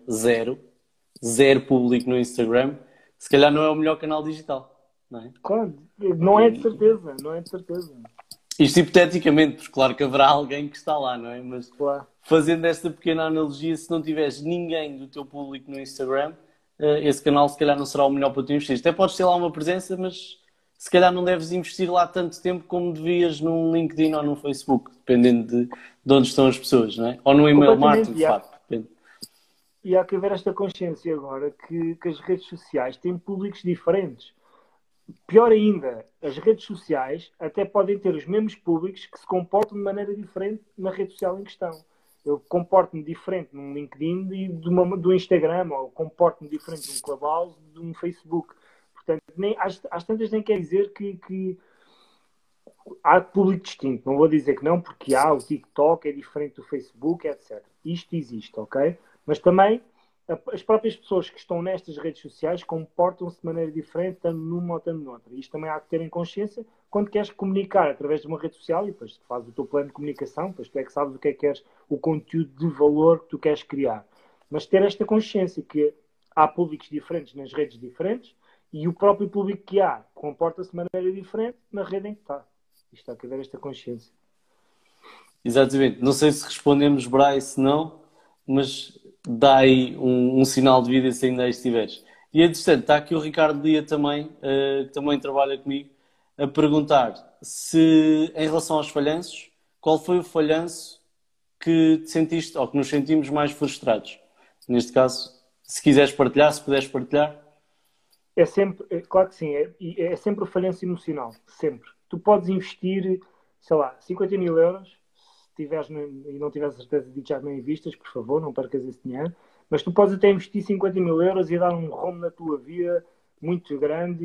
zero público no Instagram, se calhar não é o melhor canal digital, não é? Claro, não é de certeza, não é de certeza. Isto hipoteticamente, porque claro que haverá alguém que está lá, não é? Mas Claro. fazendo esta pequena analogia, se não tiveres ninguém do teu público no Instagram, esse canal se calhar não será o melhor para tu investir. Até podes ter lá uma presença, mas se calhar não deves investir lá tanto tempo como devias num LinkedIn ou num Facebook, dependendo de onde estão as pessoas, não é? Ou no email marketing, de facto. Depende. E há que haver esta consciência agora que as redes sociais têm públicos diferentes. Pior ainda, as redes sociais até podem ter os mesmos públicos que se comportam de maneira diferente na rede social em questão. Eu comporto-me diferente num LinkedIn e do Instagram, ou comporto-me diferente de um Clubhouse de um Facebook. Portanto, às tantas nem quer dizer que há público distinto. Não vou dizer que não, porque o TikTok é diferente do Facebook, etc. Isto existe, ok? Mas também as próprias pessoas que estão nestas redes sociais comportam-se de maneira diferente, tanto numa ou tanto noutra. Isto também há que ter em consciência quando queres comunicar através de uma rede social e depois fazes o teu plano de comunicação, depois tu é que sabes o que é que queres, o conteúdo de valor que tu queres criar. Mas ter esta consciência que há públicos diferentes nas redes diferentes e o próprio público que há comporta-se de maneira diferente na rede em que está. Isto há que haver esta consciência. Exatamente. Não sei se respondemos, Bryce, não, mas dá aí um sinal de vida se ainda aí estiveres. E, entretanto, está aqui o Ricardo Lia também, que também trabalha comigo, a perguntar se, em relação aos falhanços, qual foi o falhanço que te sentiste, ou que nos sentimos mais frustrados? Neste caso, se quiseres partilhar, se puderes partilhar. Claro que sim, é sempre o falhanço emocional, sempre. Tu podes investir, sei lá, 50 mil euros, se tiveres e não tiveres certeza de já não investas, por favor, não percas esse dinheiro, mas tu podes até investir 50 mil euros e dar um rombo na tua vida muito grande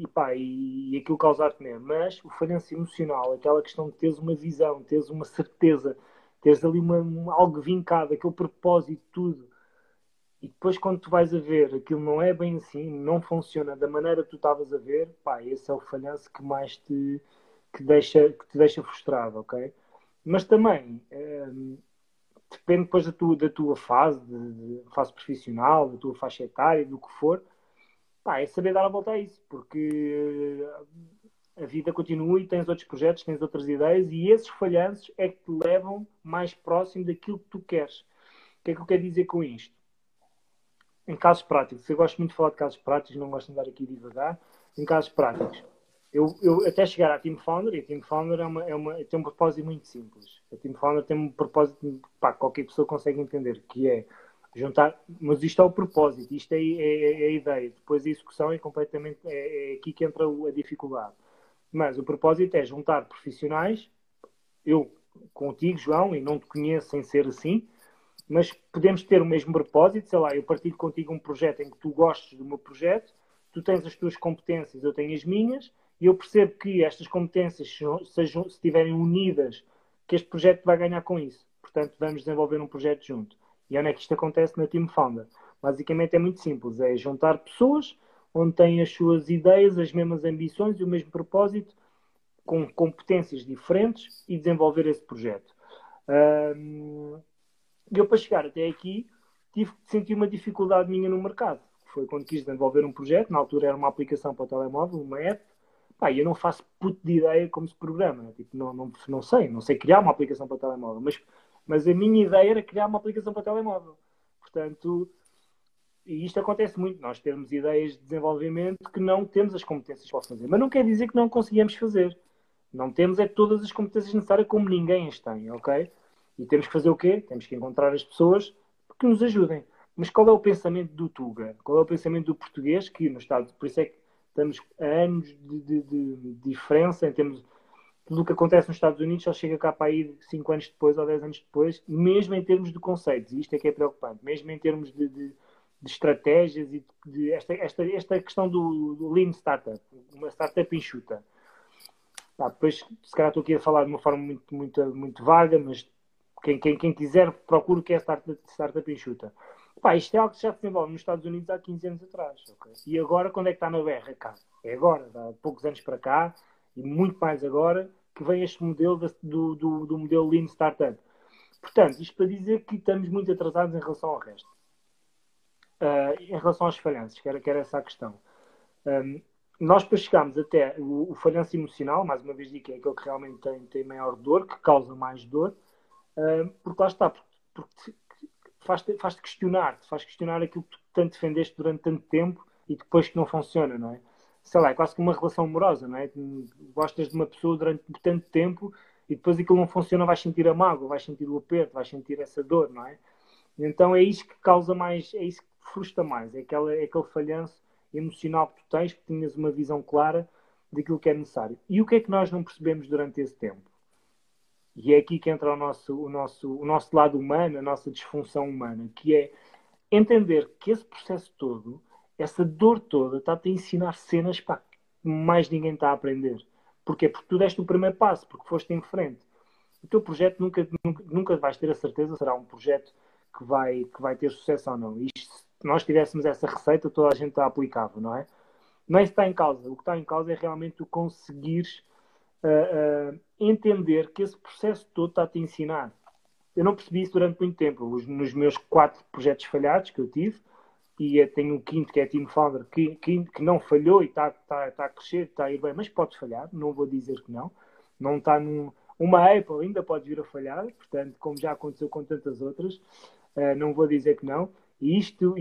e aquilo causar-te mesmo. Mas o falhanço emocional, aquela questão de teres uma visão, teres uma certeza, teres ali algo vincado, aquele propósito, tudo. E depois quando tu vais a ver, aquilo não é bem assim, não funciona da maneira que tu estavas a ver, esse é o falhanço que mais que te deixa frustrado, ok? Mas também depende depois da tua fase, fase profissional, da tua faixa etária, do que for, é saber dar a volta a isso, porque a vida continua e tens outros projetos, tens outras ideias e esses falhanços é que te levam mais próximo daquilo que tu queres. O que é que eu quero dizer com isto? Em casos práticos, eu gosto muito de falar de casos práticos, não gosto de andar aqui devagar. Em casos práticos, eu até chegar à Team Founder, e a Team Founder tem um propósito muito simples. A Team Founder tem um propósito, pá, qualquer pessoa consegue entender, que é juntar, mas isto é o propósito, isto é a ideia. Depois a execução é completamente, é aqui que entra a dificuldade. Mas o propósito é juntar profissionais, eu contigo, João, e não te conheço sem ser assim, mas podemos ter o mesmo propósito, sei lá, eu partilho contigo um projeto em que tu gostes do meu projeto, tu tens as tuas competências, eu tenho as minhas, e eu percebo que estas competências, se estiverem unidas, que este projeto vai ganhar com isso. Portanto, vamos desenvolver um projeto junto. E onde é que isto acontece na Team Founder? Basicamente é muito simples, é juntar pessoas onde têm as suas ideias, as mesmas ambições e o mesmo propósito, com competências diferentes e desenvolver esse projeto. Eu, para chegar até aqui, tive que sentir uma dificuldade minha no mercado. Foi quando quis desenvolver um projeto, na altura era uma aplicação para o telemóvel, uma app. Pá, eu não faço puto de ideia como se programa. Tipo, não sei criar uma aplicação para o telemóvel. Mas a minha ideia era criar uma aplicação para o telemóvel. Portanto, e isto acontece muito. Nós temos ideias de desenvolvimento que não temos as competências para fazer. Mas não quer dizer que não conseguimos fazer. Não temos é todas as competências necessárias como ninguém as tem, ok? E temos que fazer o quê? Temos que encontrar as pessoas que nos ajudem. Mas qual é o pensamento do Tuga? Qual é o pensamento do português que no Estado... Por isso é que estamos a anos de diferença em termos... Tudo o que acontece nos Estados Unidos só chega cá para aí 5 anos depois ou 10 anos depois, mesmo em termos de conceitos. E isto é que é preocupante. Mesmo em termos de estratégias e de esta questão do Lean Startup. Uma startup enxuta. Depois, se calhar estou aqui a falar de uma forma muito vaga, mas quem quiser, procure o que é startup enxuta. Isto é algo que já se desenvolve nos Estados Unidos há 15 anos atrás. Okay? E agora, quando é que está na berra cá? É agora, há poucos anos para cá, e muito mais agora, que vem este modelo do modelo Lean Startup. Portanto, isto para dizer que estamos muito atrasados em relação ao resto. Em relação às falhanças, que era essa a questão. Nós depois chegámos até o falhanço emocional, mais uma vez digo que é aquele que realmente tem maior dor, que causa mais dor, porque lá está, porque faz-te questionar, faz questionar aquilo que tu tanto defendeste durante tanto tempo e depois que não funciona, não é? Sei lá, é quase como uma relação amorosa, não é? Tu gostas de uma pessoa durante tanto tempo e depois aquilo não funciona, vais sentir a mágoa, vais sentir o aperto, vais sentir essa dor, não é? Então é isso que causa mais, é isso que te frustra mais, é aquele falhanço emocional que tu tens, que tinhas uma visão clara daquilo que é necessário. E o que é que nós não percebemos durante esse tempo? E é aqui que entra o nosso lado humano, a nossa disfunção humana, que é entender que esse processo todo, essa dor toda, está-te a ensinar cenas que mais ninguém está a aprender. Porquê? Porque tu deste o primeiro passo, porque foste em frente. O teu projeto nunca vais ter a certeza, será um projeto que vai ter sucesso ou não. Isto, se nós tivéssemos essa receita, toda a gente a aplicava, não é? Não é isso que está em causa. O que está em causa é realmente tu conseguires entender que esse processo todo está-te a ensinar. Eu não percebi isso durante muito tempo. Nos meus 4 projetos falhados que eu tive, e tenho um quinto que é a Team Founder, que não falhou e está a crescer, está a ir bem, mas pode falhar, não vou dizer que não. Não está uma Apple ainda pode vir a falhar, portanto, como já aconteceu com tantas outras, não vou dizer que não. E isto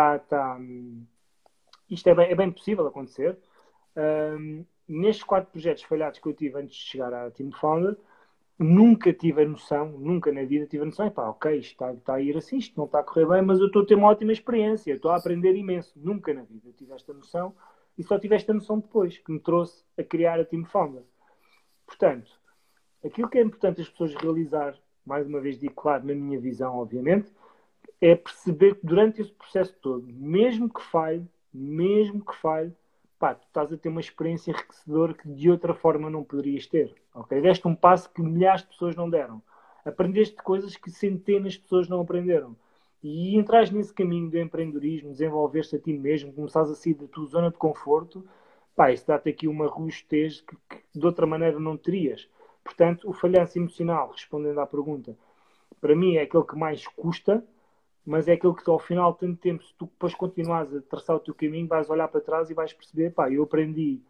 é bem possível acontecer. Nestes 4 projetos falhados que eu tive antes de chegar à Team Founder, nunca tive a noção, nunca na vida tive a noção, ok, isto está a ir assim, isto não está a correr bem, mas eu estou a ter uma ótima experiência, estou a aprender imenso. Nunca na vida tive esta noção e só tive esta noção depois, que me trouxe a criar a Team Founder. Portanto, aquilo que é importante as pessoas realizar, mais uma vez digo claro, na minha visão, obviamente, é perceber que durante esse processo todo, mesmo que falhe, tu estás a ter uma experiência enriquecedora que de outra forma não poderias ter. Okay? Deste um passo que milhares de pessoas não deram. Aprendeste coisas que centenas de pessoas não aprenderam. E entras nesse caminho do empreendedorismo, desenvolver-te a ti mesmo, começares a sair da tua zona de conforto, isso dá-te aqui uma robustez que de outra maneira não terias. Portanto, o falhanço emocional, respondendo à pergunta, para mim é aquele que mais custa, mas é aquele que ao final de tanto tempo, se tu depois continuares a traçar o teu caminho, vais olhar para trás e vais perceber, eu aprendi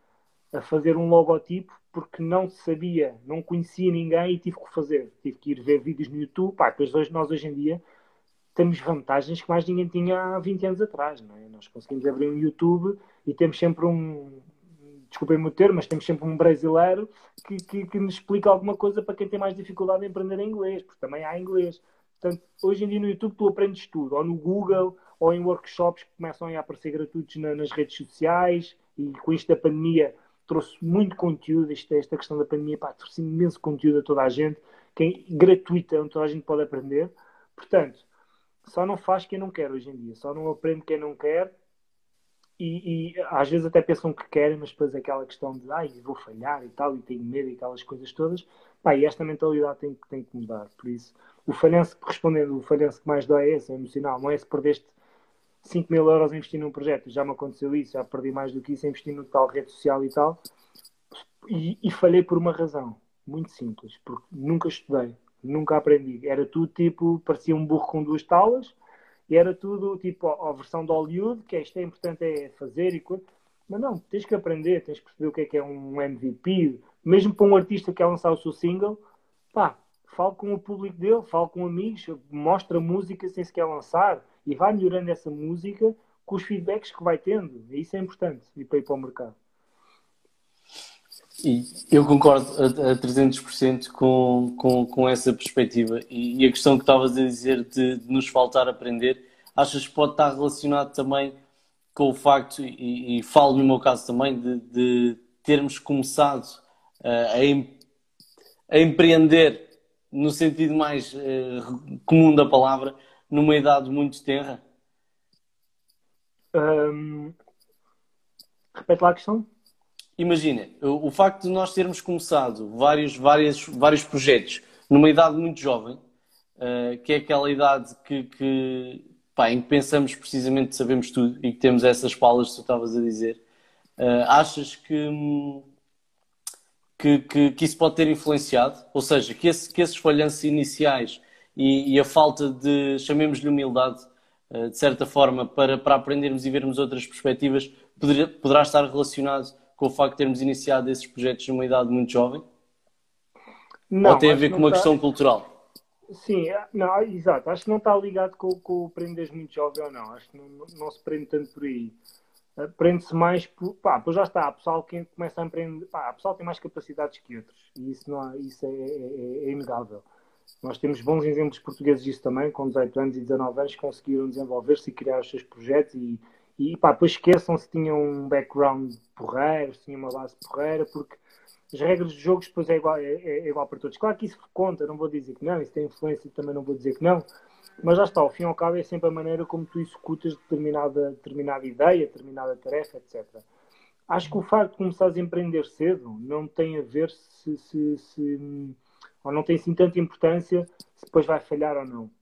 a fazer um logotipo porque não sabia, não conhecia ninguém e tive que o fazer. Tive que ir ver vídeos no YouTube. Pá, depois nós hoje em dia temos vantagens que mais ninguém tinha há 20 anos atrás, não é? Nós conseguimos abrir um YouTube e temos sempre desculpem-me o termo, mas temos sempre um brasileiro que nos explica alguma coisa para quem tem mais dificuldade em aprender inglês, porque também há inglês. Portanto, hoje em dia no YouTube tu aprendes tudo, ou no Google, ou em workshops que começam a aparecer gratuitos nas redes sociais, e com isto da pandemia trouxe muito conteúdo, esta questão da pandemia, pá, trouxe imenso conteúdo a toda a gente, que é gratuito, onde toda a gente pode aprender. Portanto, só não faz quem não quer hoje em dia, só não aprende quem não quer e às vezes até pensam que querem, mas depois aquela questão de ai, vou falhar e tal, e tenho medo e aquelas coisas todas, pá, e esta mentalidade tem que mudar. Por isso, respondendo, o falhanço que mais dói é esse, é emocional, não é se perdeste 5.000 euros a investir num projeto, já me aconteceu isso, já perdi mais do que isso a investir no tal rede social e tal, e falhei por uma razão, muito simples, porque nunca estudei, nunca aprendi, era tudo tipo, parecia um burro com duas talas, e era tudo tipo a versão de Hollywood, que isto é importante é fazer e coisa. Mas não, tens que aprender, tens que perceber o que é um MVP. Mesmo para um artista que quer lançar o seu single, pá, fale com o público dele, fale com amigos, mostra música sem sequer lançar e vai melhorando essa música com os feedbacks que vai tendo. E isso é importante e para ir para o mercado. E eu concordo a 300% com essa perspectiva. E a questão que estavas a dizer de nos faltar aprender, achas que pode estar relacionado também com o facto, e falo no meu caso também, de termos começado a empreender no sentido mais comum da palavra, numa idade muito tenra? Repete lá a questão. Imagina, o facto de nós termos começado vários projetos numa idade muito jovem, que é aquela idade pá, em que pensamos precisamente que sabemos tudo e que temos essas palas que tu estavas a dizer, achas que isso pode ter influenciado? Ou seja, que esses falhanços iniciais e a falta de, chamemos-lhe humildade, de certa forma, para aprendermos e vermos outras perspectivas, poderá estar relacionado com o facto de termos iniciado esses projetos numa idade muito jovem? Não, ou tem a ver com uma questão cultural? Sim, não, exato. Acho que não está ligado com o prenderes muito jovem ou não. Acho que não se prende tanto por aí. Prende-se mais por. Pá, pois já está. A pessoa que começa a empreender. Pá, a pessoa tem mais capacidades que outros. E isso, não há, isso é inegável. Nós temos bons exemplos portugueses disso também, com 18 anos e 19 anos, conseguiram desenvolver-se e criar os seus projetos e pá, depois esqueçam se tinham um background porreiro, se tinham uma base porreira, porque as regras dos jogos depois é igual para todos. Claro que isso conta, não vou dizer que não, isso tem influência também não vou dizer que não, mas já está, ao fim e ao cabo é sempre a maneira como tu executas determinada ideia, determinada tarefa, etc. Acho que o facto de começares a empreender cedo não tem a ver ou não tem assim tanta importância se depois vai falhar ou não.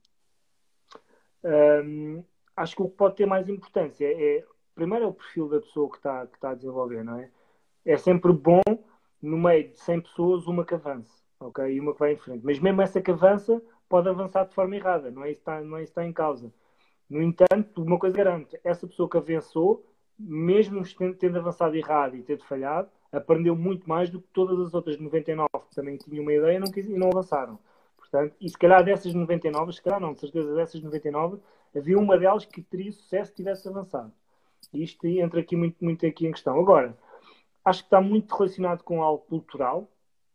Acho que o que pode ter mais importância primeiro é o perfil da pessoa que está a desenvolver, não é? É sempre bom, no meio de 100 pessoas, uma que avance, ok? E uma que vai em frente. Mas mesmo essa que avança pode avançar de forma errada, não é isso que está em causa. No entanto, uma coisa garanto, essa pessoa que avançou, mesmo tendo avançado errado e tendo falhado, aprendeu muito mais do que todas as outras 99 que também tinham uma ideia e não avançaram. Portanto, e se calhar dessas 99, se calhar não, de certeza dessas 99, havia uma delas que teria sucesso se tivesse avançado. E isto entra aqui muito aqui em questão. Agora, acho que está muito relacionado com algo cultural.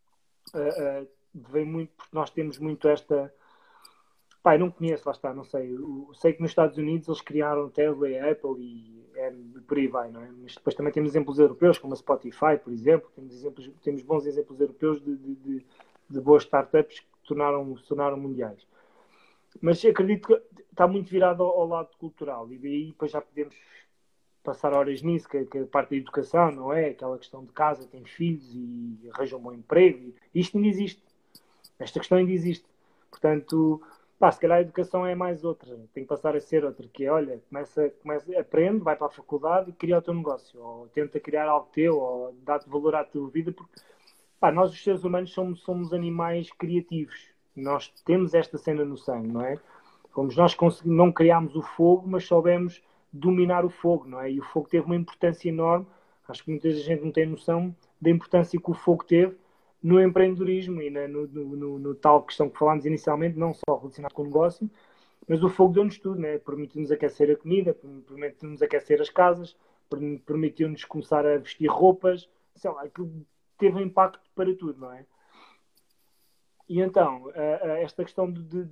Vem muito, porque nós temos muito esta. Pai, não conheço, lá está, não sei. Sei que nos Estados Unidos eles criaram Tesla e Apple e por aí vai, não é? Mas depois também temos exemplos europeus, como a Spotify, por exemplo. Temos bons exemplos europeus de boas startups que se tornaram mundiais. Mas acredito que está muito virado ao lado cultural e daí depois já podemos passar horas nisso, que é a parte da educação, não é? Aquela questão de casa, tem filhos e arranjam um bom emprego. Isto ainda existe. Esta questão ainda existe. Portanto, pá, se calhar a educação é mais outra. Tem que passar a ser outra, que é, olha, aprende, vai para a faculdade e cria o teu negócio. Ou tenta criar algo teu, ou dá-te valor à tua vida. Porque, pá, nós os seres humanos somos animais criativos. Nós temos esta cena no sangue, não é? Fomos nós que não criámos o fogo, mas soubemos dominar o fogo, não é? E o fogo teve uma importância enorme Acho que muita gente não tem noção da importância que o fogo teve no empreendedorismo e no tal questão que falámos inicialmente, não só relacionado com o negócio, mas o fogo deu-nos tudo, né? Permitiu-nos aquecer a comida, permitiu-nos aquecer as casas, permitiu-nos começar a vestir roupas, sei lá, aquilo teve um impacto para tudo, não é? E então, esta questão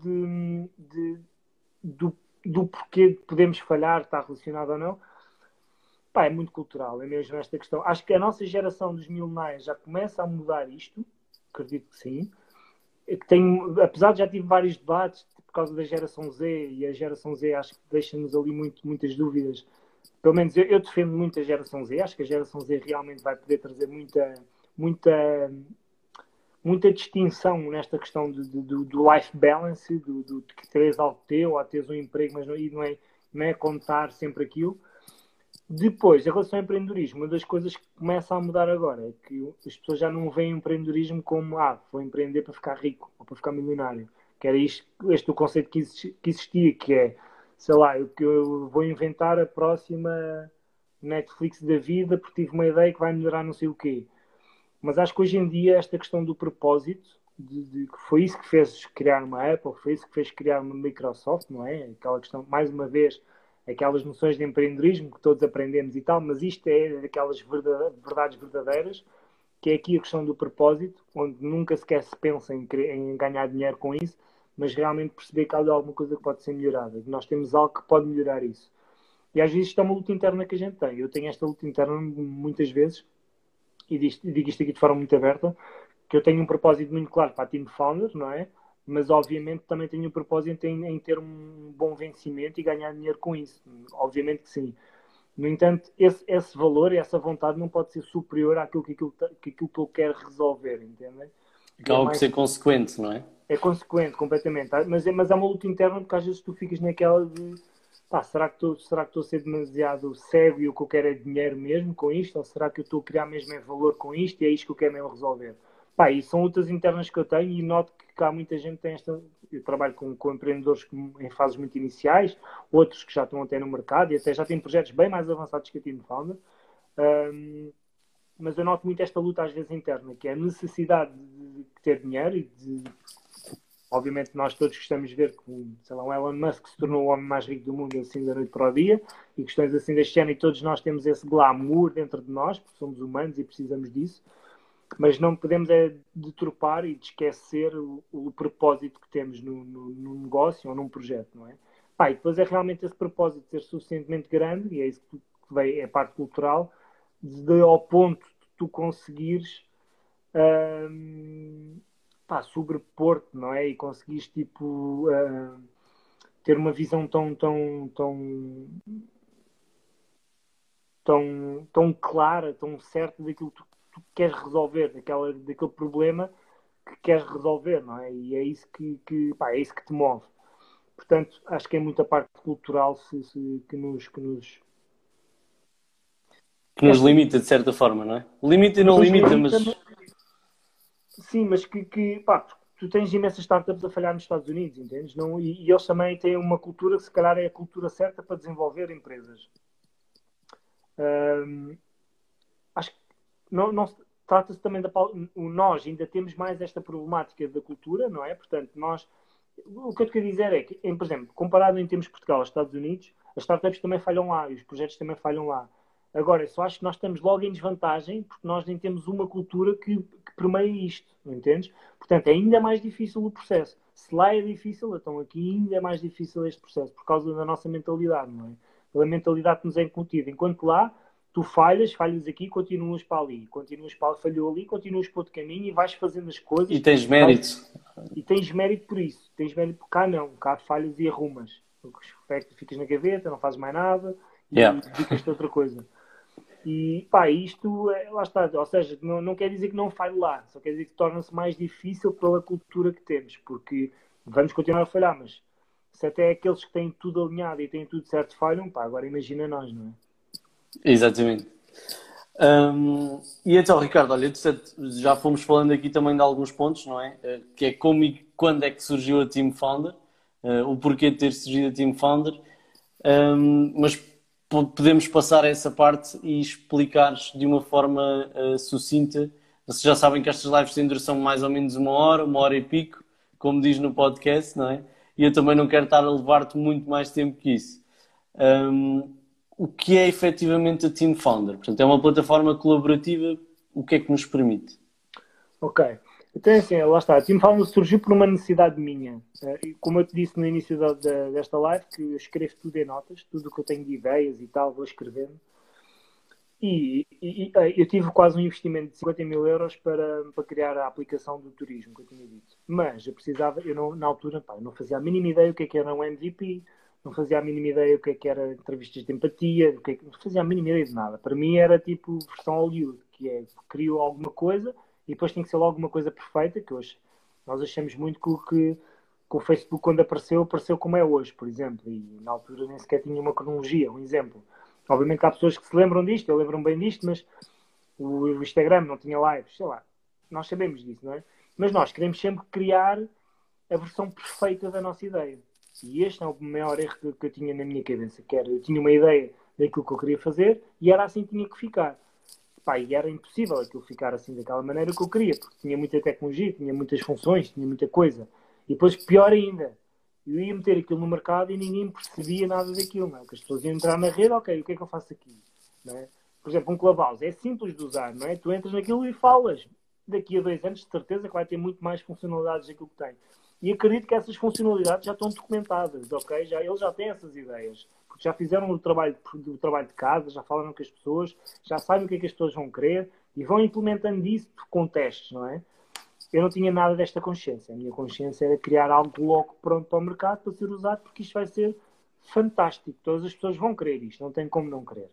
do porquê podemos falhar, está relacionado ou não, pá, é muito cultural, é mesmo esta questão. Acho que a nossa geração dos millennials já começa a mudar isto, acredito que sim. Apesar de já tive vários debates por causa da geração Z, e a geração Z acho que deixa-nos ali muitas dúvidas. Pelo menos eu defendo muito a geração Z, acho que a geração Z realmente vai poder trazer muita distinção nesta questão do life balance, de teres algo teu, ou teres um emprego, mas não é contar sempre aquilo. Depois, em relação ao empreendedorismo, uma das coisas que começa a mudar agora é que as pessoas já não veem o empreendedorismo como vou empreender para ficar rico ou para ficar milionário. Que era este o conceito que existia, que é, sei lá, eu vou inventar a próxima Netflix da vida porque tive uma ideia que vai melhorar não sei o quê. Mas acho que hoje em dia esta questão do propósito, que foi isso que fez criar uma Apple, foi isso que fez criar uma Microsoft, não é? Aquela questão, mais uma vez, aquelas noções de empreendedorismo que todos aprendemos e tal, mas isto é daquelas verdades verdadeiras, que é aqui a questão do propósito, onde nunca sequer se pensa em ganhar dinheiro com isso, mas realmente perceber que há alguma coisa que pode ser melhorada, que nós temos algo que pode melhorar isso. E às vezes isto é uma luta interna que a gente tem. Eu tenho esta luta interna muitas vezes, e digo isto aqui de forma muito aberta, que eu tenho um propósito muito claro para a Team Founder, não é? Mas obviamente também tenho um propósito em ter um bom vencimento e ganhar dinheiro com isso. Obviamente que sim. No entanto, esse valor e essa vontade não pode ser superior àquilo que eu quero resolver, entendem? Acaba por ser consequente, não é? É consequente, completamente. Mas é uma luta interna porque às vezes tu ficas naquela de será que estou a ser demasiado cego e o que eu quero é dinheiro mesmo com isto? Ou será que eu estou a criar mesmo valor com isto e é isto que eu quero mesmo resolver? E são lutas internas que eu tenho e noto que há muita gente que tem esta... Eu trabalho com empreendedores em fases muito iniciais, outros que já estão até no mercado e até já têm projetos bem mais avançados que a Team Founder. Mas eu noto muito esta luta às vezes interna, que é a necessidade de ter dinheiro e de... Obviamente nós todos gostamos de ver que, sei lá, um Elon Musk se tornou o homem mais rico do mundo assim da noite para o dia, e questões assim deste ano, e todos nós temos esse glamour dentro de nós, porque somos humanos e precisamos disso, mas não podemos deturpar e de esquecer o propósito que temos no negócio ou num projeto, não é? E depois é realmente esse propósito ser suficientemente grande, e é isso que é a parte cultural, ao ponto de tu conseguires sobrepor-te, não é? E conseguires ter uma visão tão clara, tão certa daquilo que tu queres resolver, daquele problema que queres resolver, não é? E é isso é isso que te move. Portanto, acho que é muita parte cultural que nos limita, de certa forma, não é? Limita e não limita, mas... Sim, mas tu tens imensas startups a falhar nos Estados Unidos, entendes? Não, e eles também têm uma cultura que se calhar é a cultura certa para desenvolver empresas. Acho que não trata-se também nós ainda temos mais esta problemática da cultura, não é? Portanto, o que eu te quero dizer é que, por exemplo, comparado em termos de Portugal aos Estados Unidos, as startups também falham lá e os projetos também falham lá. Agora, eu só acho que nós estamos logo em desvantagem porque nós nem temos uma cultura que permeia isto, não entendes? Portanto, é ainda mais difícil o processo. Se lá é difícil, então aqui ainda é mais difícil este processo por causa da nossa mentalidade, não é? Pela mentalidade que nos é incutida. Enquanto lá, tu falhas aqui, continuas para ali, falhou ali, continuas para outro caminho e vais fazendo as coisas. E tens mérito. E tens mérito por isso. Tens mérito por cá não. Cá falhas e arrumas. Ficas na gaveta, não fazes mais nada e dedicas-te a outra coisa. E isto, lá está. Ou seja, não quer dizer que não falhe lá. Só quer dizer que torna-se mais difícil pela cultura que temos. Porque vamos continuar a falhar, mas se até aqueles que têm tudo alinhado e têm tudo certo falham, agora imagina nós, não é? Exatamente. E então, Ricardo, olha, já fomos falando aqui também de alguns pontos, não é? Que é como e quando é que surgiu a Team Founder, o porquê de ter surgido a Team Founder. Mas podemos passar a essa parte e explicares de uma forma sucinta. Vocês já sabem que estas lives têm duração mais ou menos uma hora e pico, como diz no podcast, não é? E eu também não quero estar a levar-te muito mais tempo que isso. O que é efetivamente a Team Founder? Portanto, é uma plataforma colaborativa, o que é que nos permite? Ok. Então, assim, lá está. A Team Founder surgiu por uma necessidade minha. Como eu te disse no início desta live, que eu escrevo tudo em notas, tudo o que eu tenho de ideias e tal, vou escrevendo. E eu tive quase um investimento de 50 mil euros para criar a aplicação do turismo, que eu tinha dito. Mas eu precisava, na altura, eu não fazia a mínima ideia o que era um MVP, não fazia a mínima ideia o que era entrevistas de empatia, não fazia a mínima ideia de nada. Para mim era tipo versão Hollywood, que é, crio alguma coisa e depois tem que ser logo uma coisa perfeita, que hoje nós achamos muito que o Facebook, quando apareceu como é hoje, por exemplo, e na altura nem sequer tinha uma cronologia, um exemplo. Obviamente que há pessoas que se lembram disto, eu lembro-me bem disto, mas o Instagram não tinha lives, sei lá, nós sabemos disso, não é? Mas nós queremos sempre criar a versão perfeita da nossa ideia. E este é o maior erro que eu tinha na minha cabeça, que era, eu tinha uma ideia daquilo que eu queria fazer e era assim que tinha que ficar. E era impossível aquilo ficar assim daquela maneira que eu queria, porque tinha muita tecnologia, tinha muitas funções, tinha muita coisa. E depois, pior ainda, eu ia meter aquilo no mercado e ninguém percebia nada daquilo, não é? Porque as pessoas iam entrar na rede, ok, o que é que eu faço aqui? Não é? Por exemplo, um Clubhouse é simples de usar, não é? Tu entras naquilo e falas. Daqui a 2 anos, de certeza que vai ter muito mais funcionalidades daquilo que tem. E acredito que essas funcionalidades já estão documentadas, ok? Eles já têm essas ideias. Porque já fizeram o trabalho de casa, já falaram com as pessoas, já sabem o que é que as pessoas vão querer e vão implementando isso com testes, não é? Eu não tinha nada desta consciência. A minha consciência era criar algo logo pronto para o mercado para ser usado, porque isto vai ser fantástico. Todas as pessoas vão querer isto, não tem como não querer.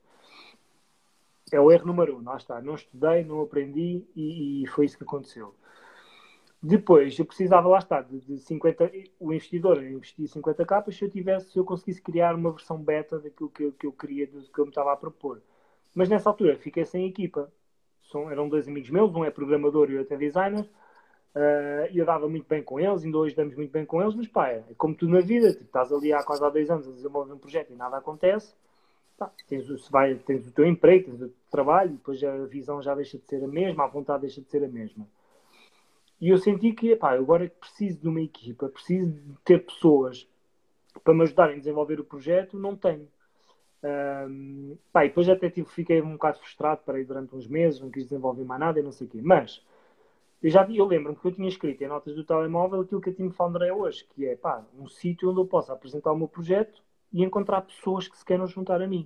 É o erro número 1, lá está. Não estudei, não aprendi e foi isso que aconteceu. Depois, eu precisava, lá está, de 50... O investidor investia 50 capas se eu conseguisse criar uma versão beta daquilo que eu queria, do que eu me estava a propor. Mas nessa altura fiquei sem equipa. Eram 2 amigos meus, um é programador e o outro é designer. E eu dava muito bem com eles, ainda hoje damos muito bem com eles, mas pá, é como tudo na vida, tipo, estás ali há quase 2 anos a desenvolver um projeto e nada acontece, pá, tens o teu emprego, tens o teu trabalho, depois a visão já deixa de ser a mesma, a vontade deixa de ser a mesma. E eu senti que, pá, agora preciso de uma equipa, preciso de ter pessoas para me ajudarem a desenvolver o projeto, não tenho. E depois até fiquei um bocado frustrado, parei durante uns meses, não quis desenvolver mais nada e não sei o quê, mas eu lembro-me que eu tinha escrito em notas do telemóvel aquilo que a Team Founder é hoje, que é um sítio onde eu possa apresentar o meu projeto e encontrar pessoas que se queiram juntar a mim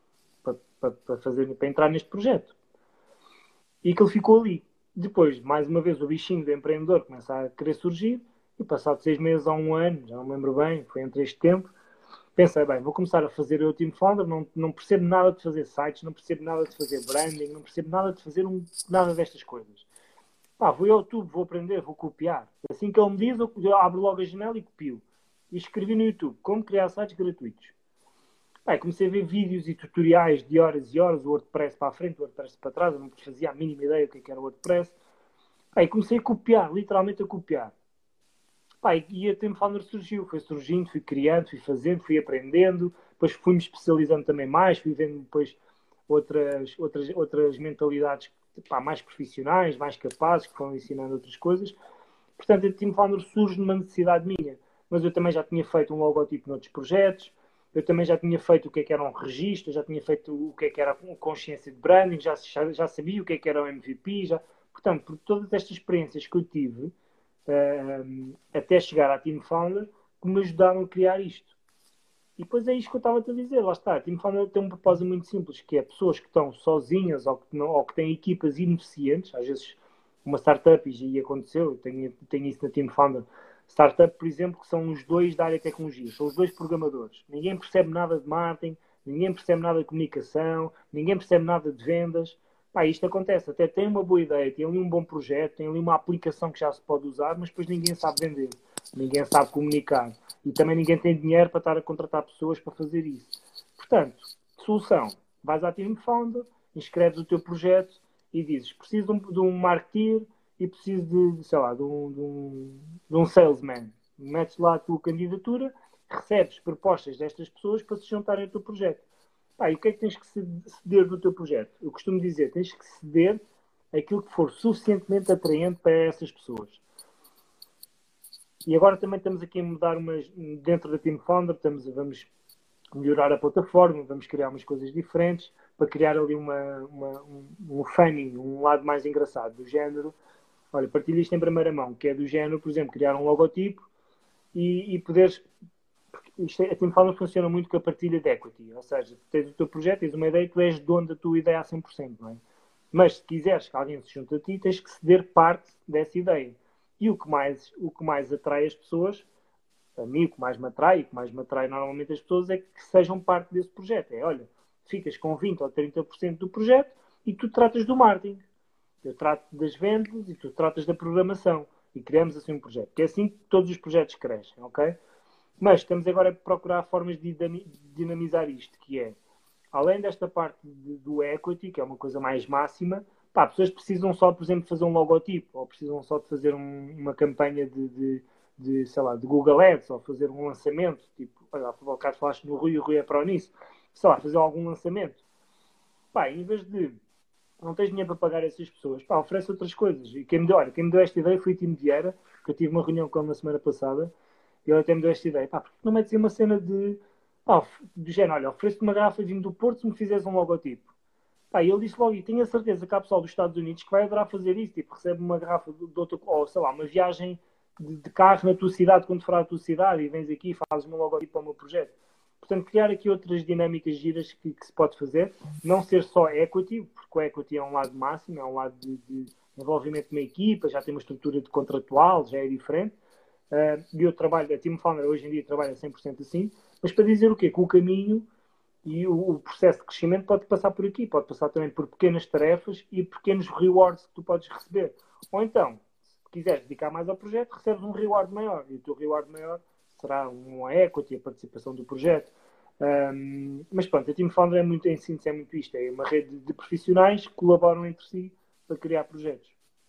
para entrar neste projeto. E aquilo ficou ali. Depois, mais uma vez, o bichinho do empreendedor começa a querer surgir e passado 6 meses a 1 ano, já não me lembro bem, foi entre este tempo, pensei, bem, vou começar a fazer o Team Founder, não percebo nada de fazer sites, não percebo nada de fazer branding, não percebo nada de fazer nada destas coisas. Vou ao YouTube, vou aprender, vou copiar. Assim que ele me diz, eu abro logo a janela e copio. E escrevi no YouTube como criar sites gratuitos. Comecei a ver vídeos e tutoriais de horas e horas, o WordPress para a frente, o WordPress para trás, eu não fazia a mínima ideia do que era o WordPress. E comecei a copiar, literalmente a copiar. E a Team Founder surgiu, foi surgindo, fui criando, fui fazendo, fui aprendendo, depois fui-me especializando também mais, fui vendo depois outras mentalidades mais profissionais, mais capazes, que foram ensinando outras coisas. Portanto, a Team Founder surge numa necessidade minha. Mas eu também já tinha feito um logotipo noutros projetos, eu também já tinha feito o que era um registro, já tinha feito o que era a consciência de branding, já sabia o que era o MVP. Portanto, por todas estas experiências que eu tive, até chegar à Team Founder, que me ajudaram a criar isto. E depois é isto que eu estava a dizer, lá está. A Team Founder tem um propósito muito simples, que é pessoas que estão sozinhas ou que têm equipas ineficientes, às vezes uma startup, e aconteceu, eu tenho isso na Team Founder, startup, por exemplo, que são os dois da área de tecnologia, são os dois programadores. Ninguém percebe nada de marketing, ninguém percebe nada de comunicação, ninguém percebe nada de vendas. Isto acontece, até tem uma boa ideia, tem ali um bom projeto, tem ali uma aplicação que já se pode usar, mas depois ninguém sabe vender, ninguém sabe comunicar. E também ninguém tem dinheiro para estar a contratar pessoas para fazer isso. Portanto, solução. Vais à Team Founder, inscreves o teu projeto e dizes, preciso de um marketeer e preciso de um salesman. Metes lá a tua candidatura, recebes propostas destas pessoas para se juntarem ao teu projeto. E o que é que tens que ceder do teu projeto? Eu costumo dizer, tens que ceder aquilo que for suficientemente atraente para essas pessoas. E agora também estamos aqui a mudar dentro da Team Founder, vamos melhorar a plataforma, vamos criar umas coisas diferentes para criar ali um funny, um lado mais engraçado do género. Olha, partilho isto em primeira mão, que é do género, por exemplo, criar um logotipo e poderes... A Team Founder funciona muito com a partilha de equity, ou seja, tens o teu projeto, tens uma ideia, tu és dono da tua ideia a 100%, não é? Mas se quiseres que alguém se junte a ti, tens que ceder parte dessa ideia. E o que mais atrai as pessoas, a mim o que mais me atrai, e o que mais me atrai normalmente as pessoas é que sejam parte desse projeto. Olha, ficas com 20% ou 30% do projeto e tu tratas do marketing. Eu trato das vendas e tu tratas da programação. E criamos assim um projeto. Que é assim que todos os projetos crescem, ok? Mas estamos agora a procurar formas de dinamizar isto, que é, além desta parte do equity, que é uma coisa mais máxima, pessoas precisam só, por exemplo, de fazer um logotipo, ou precisam só de fazer uma campanha sei lá, de Google Ads, ou fazer um lançamento, tipo, olha, há bocado falaste no Rui, o Rui é para nisso, sei lá, fazer algum lançamento. Em vez de não tens dinheiro para pagar essas pessoas, oferece outras coisas. E quem me deu esta ideia foi o Tim Vieira, que eu tive uma reunião com ele na semana passada, e ele até me deu esta ideia, porque não metes aí uma cena do género, olha, ofereço-te uma garrafa de vinho do Porto se me fizeres um logotipo. E ele disse logo, e tenho a certeza que há pessoal dos Estados Unidos que vai adorar fazer isso, tipo, recebe uma garrafa de outro, ou sei lá, uma viagem de carro na tua cidade, quando for à tua cidade, e vens aqui e fazes um logotipo para o meu projeto. Portanto, criar aqui outras dinâmicas giras que se pode fazer, não ser só equity, porque o equity é um lado máximo, é um lado de envolvimento de uma equipa, já tem uma estrutura de contratual, já é diferente. E eu trabalho, a Team Founder hoje em dia trabalha 100% assim, mas para dizer o quê? Que o caminho e o processo de crescimento pode passar por aqui, pode passar também por pequenas tarefas e pequenos rewards que tu podes receber. Ou então, se quiseres dedicar mais ao projeto, recebes um reward maior, e o teu reward maior será uma equity, a participação do projeto. Mas pronto, a Team Founder é muito, em síntese, é muito isto, é uma rede de profissionais que colaboram entre si para criar projetos.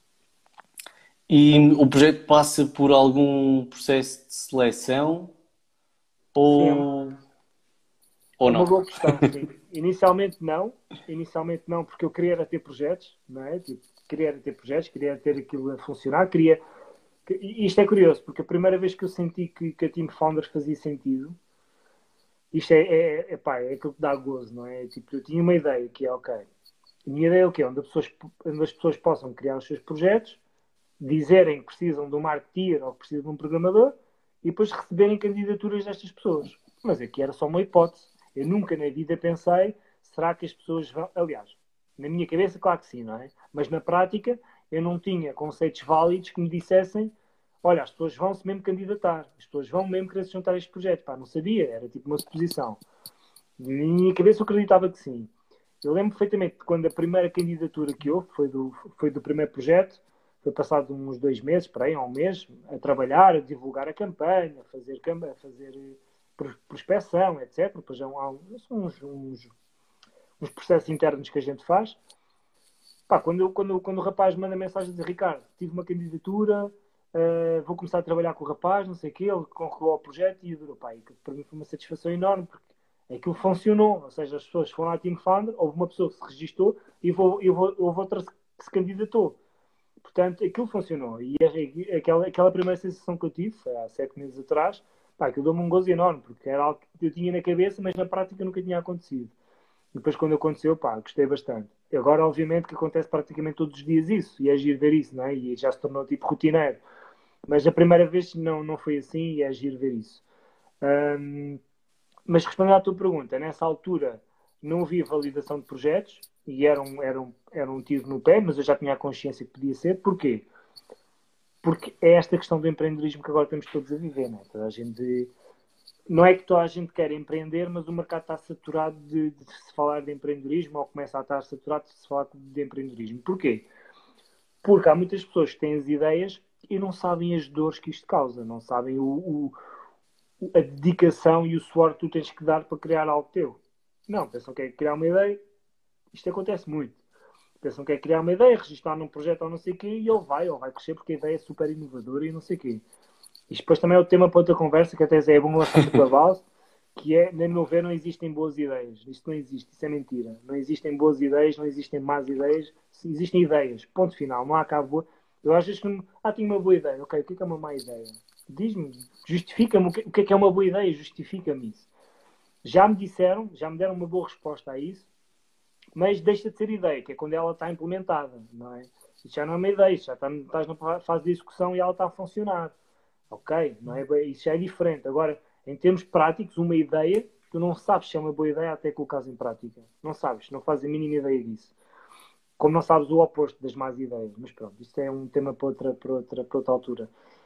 E o projeto passa por algum processo de seleção ou é não? uma boa questão, sim. Inicialmente não, porque eu queria era ter projetos, não é? Tipo, queria ter aquilo a funcionar, e isto é curioso, porque a primeira vez que eu senti que a Team Founders fazia sentido, isto é aquilo que dá gozo, não é? Tipo, eu tinha uma ideia que é, ok, a minha ideia é o quê? Onde as pessoas possam criar os seus projetos, dizerem que precisam de um marketeer ou que precisam de um programador e depois receberem candidaturas destas pessoas. Mas aqui era só uma hipótese. Eu nunca na vida pensei, será que as pessoas vão... Aliás, na minha cabeça, claro que sim, não é? Mas na prática, eu não tinha conceitos válidos que me dissessem, olha, as pessoas vão se mesmo candidatar, as pessoas vão mesmo querer se juntar a este projeto. Não sabia, era tipo uma suposição. Na minha cabeça eu acreditava que sim. Eu lembro perfeitamente de quando a primeira candidatura que houve foi do primeiro projeto, foi passado uns 2 meses, para aí, um mês, a trabalhar, a divulgar a campanha, a fazer prospecção, etc. Depois há uns processos internos que a gente faz. Quando o rapaz manda mensagem a dizer, Ricardo, tive uma candidatura, vou começar a trabalhar com o rapaz, não sei o quê, ele concorreu ao projeto e adorou. Para mim foi uma satisfação enorme, porque aquilo funcionou. Ou seja, as pessoas foram à Team Founder, houve uma pessoa que se registou e houve outra que se candidatou. Portanto, aquilo funcionou. E aquela primeira sensação que eu tive, há 7 meses atrás, aquilo deu-me um gozo enorme, porque era algo que eu tinha na cabeça, mas na prática nunca tinha acontecido. E depois, quando aconteceu, gostei bastante. E agora, obviamente, que acontece praticamente todos os dias isso, e é giro ver isso, não é? E já se tornou tipo rotineiro. Mas a primeira vez não foi assim, e é giro ver isso. Mas respondendo à tua pergunta, nessa altura não havia validação de projetos, e era um tiro no pé, mas eu já tinha a consciência que podia ser. Porquê? Porque é esta questão do empreendedorismo que agora estamos todos a viver, não é? Toda a gente... Não é que toda a gente quer empreender, mas o mercado está saturado de se falar de empreendedorismo, ou começa a estar saturado de se falar de empreendedorismo. Porquê? Porque há muitas pessoas que têm as ideias e não sabem as dores que isto causa, não sabem a dedicação e o suor que tu tens que dar para criar algo teu. Não, pensam que é criar uma ideia. Isto acontece muito. Pensam que é criar uma ideia, registrar num projeto ou não sei o quê, e ele vai crescer porque a ideia é super inovadora e não sei o quê. Isto depois também é o tema para outra conversa, que até é bom lançar para a base, que é, na meu ver, não existem boas ideias. Isto não existe, isso é mentira. Não existem boas ideias, não existem más ideias, existem ideias. Ponto final. Não há cá boa. Eu às vezes tenho uma boa ideia. Ok, o que é uma má ideia? Diz-me, justifica-me o que é uma boa ideia, justifica-me isso. Já me deram uma boa resposta a isso, mas deixa de ser ideia, que é quando ela está implementada, não é? Isso já não é uma ideia, já estás na fase de execução e ela está a funcionar. Ok, não é? Isso já é diferente. Agora, em termos práticos, uma ideia, tu não sabes se é uma boa ideia até colocares em prática. Não sabes, não fazes a mínima ideia disso. Como não sabes o oposto das más ideias. Mas pronto, isto é um tema para outra altura.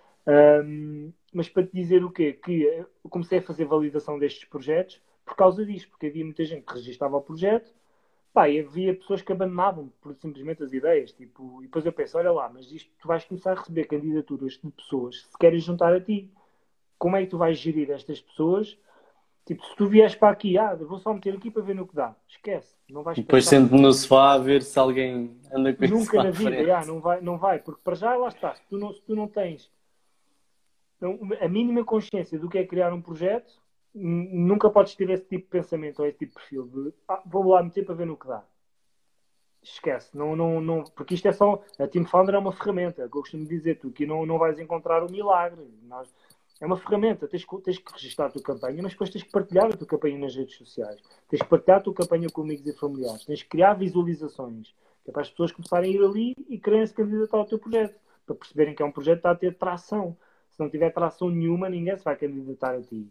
Mas para te dizer o quê? Que eu comecei a fazer validação destes projetos por causa disto, porque havia muita gente que registava o projeto, pá, e havia pessoas que abandonavam por simplesmente as ideias. Tipo, e depois eu penso, olha lá, mas isto tu vais começar a receber candidaturas de pessoas que se querem juntar a ti. Como é que tu vais gerir estas pessoas? Tipo, se tu vieres para aqui, vou só meter aqui para ver no que dá. Esquece, não vais E depois passar. sento no sofá a ver se alguém anda com isso Nunca lá na à vida, frente. não vai, porque para já lá está. Se tu não tens a mínima consciência do que é criar um projeto, nunca podes ter esse tipo de pensamento ou esse tipo de perfil de vou lá meter para ver no que dá. Esquece, não, porque isto é só. A Team Founder é uma ferramenta, que eu costumo dizer, tu aqui não vais encontrar o milagre. É uma ferramenta, tens que registrar a tua campanha, mas depois tens que partilhar a tua campanha nas redes sociais, tens que partilhar a tua campanha com amigos e familiares, tens que criar visualizações, que é para as pessoas começarem a ir ali e quererem se candidatar ao teu projeto, para perceberem que é um projeto que está a ter tração. Se não tiver tração nenhuma, ninguém se vai candidatar a ti.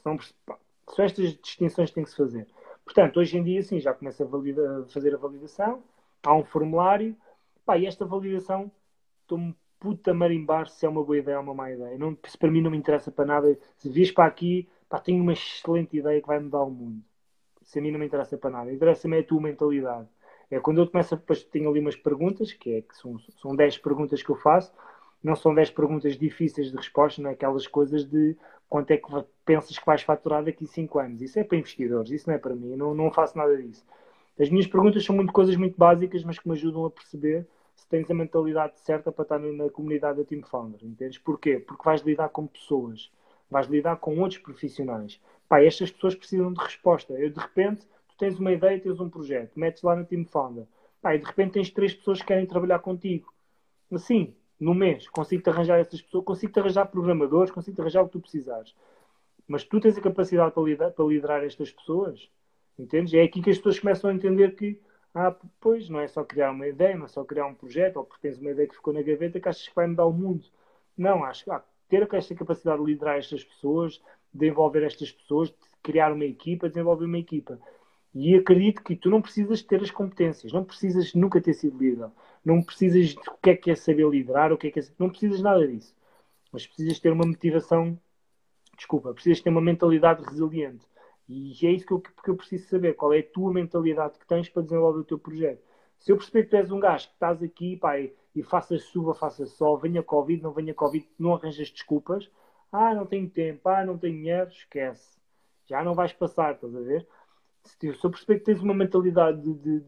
São estas distinções que têm que se fazer. Portanto, hoje em dia, sim, já começa a fazer a validação, há um formulário, e esta validação estou-me puta a marimbar se é uma boa ideia ou uma má ideia. Não, se para mim não me interessa para nada. Se vies para aqui, tenho uma excelente ideia que vai mudar o mundo. Se a mim não me interessa para nada. Interessa-me é a tua mentalidade. É quando eu começo, depois tenho ali umas perguntas, que são 10 perguntas que eu faço. Não são 10 perguntas difíceis de resposta, não é aquelas coisas de quanto é que pensas que vais faturar daqui a 5 anos. Isso é para investidores, isso não é para mim. Eu não faço nada disso. As minhas perguntas são coisas muito básicas, mas que me ajudam a perceber se tens a mentalidade certa para estar na comunidade da Team Founder, entendes? Porquê? Porque vais lidar com pessoas, vais lidar com outros profissionais. Estas pessoas precisam de resposta. De repente, tu tens uma ideia, tens um projeto, metes lá na Team Founder, e de repente tens 3 pessoas que querem trabalhar contigo. Assim, no mês, consigo-te arranjar essas pessoas, consigo-te arranjar programadores, consigo-te arranjar o que tu precisares. Mas tu tens a capacidade para liderar estas pessoas, entendes? É aqui que as pessoas começam a entender que pois, não é só criar uma ideia, não é só criar um projeto, ou porque tens uma ideia que ficou na gaveta que achas que vai mudar o mundo. Não, acho que ter esta capacidade de liderar estas pessoas, de envolver estas pessoas, de criar uma equipa, desenvolver uma equipa. E acredito que tu não precisas ter as competências, não precisas nunca ter sido líder, não precisas de o que é saber liderar, o que é não precisas nada disso. Mas precisas ter uma motivação, precisas ter uma mentalidade resiliente. E é isso que eu preciso saber. Qual é a tua mentalidade que tens para desenvolver o teu projeto? Se eu perceber que tu és um gajo que estás aqui, e faça chuva, faça sol, venha Covid, não venha Covid, não arranjas desculpas. Não tenho tempo, não tenho dinheiro, esquece. Já não vais passar, estás a ver? Se eu perceber que tens uma mentalidade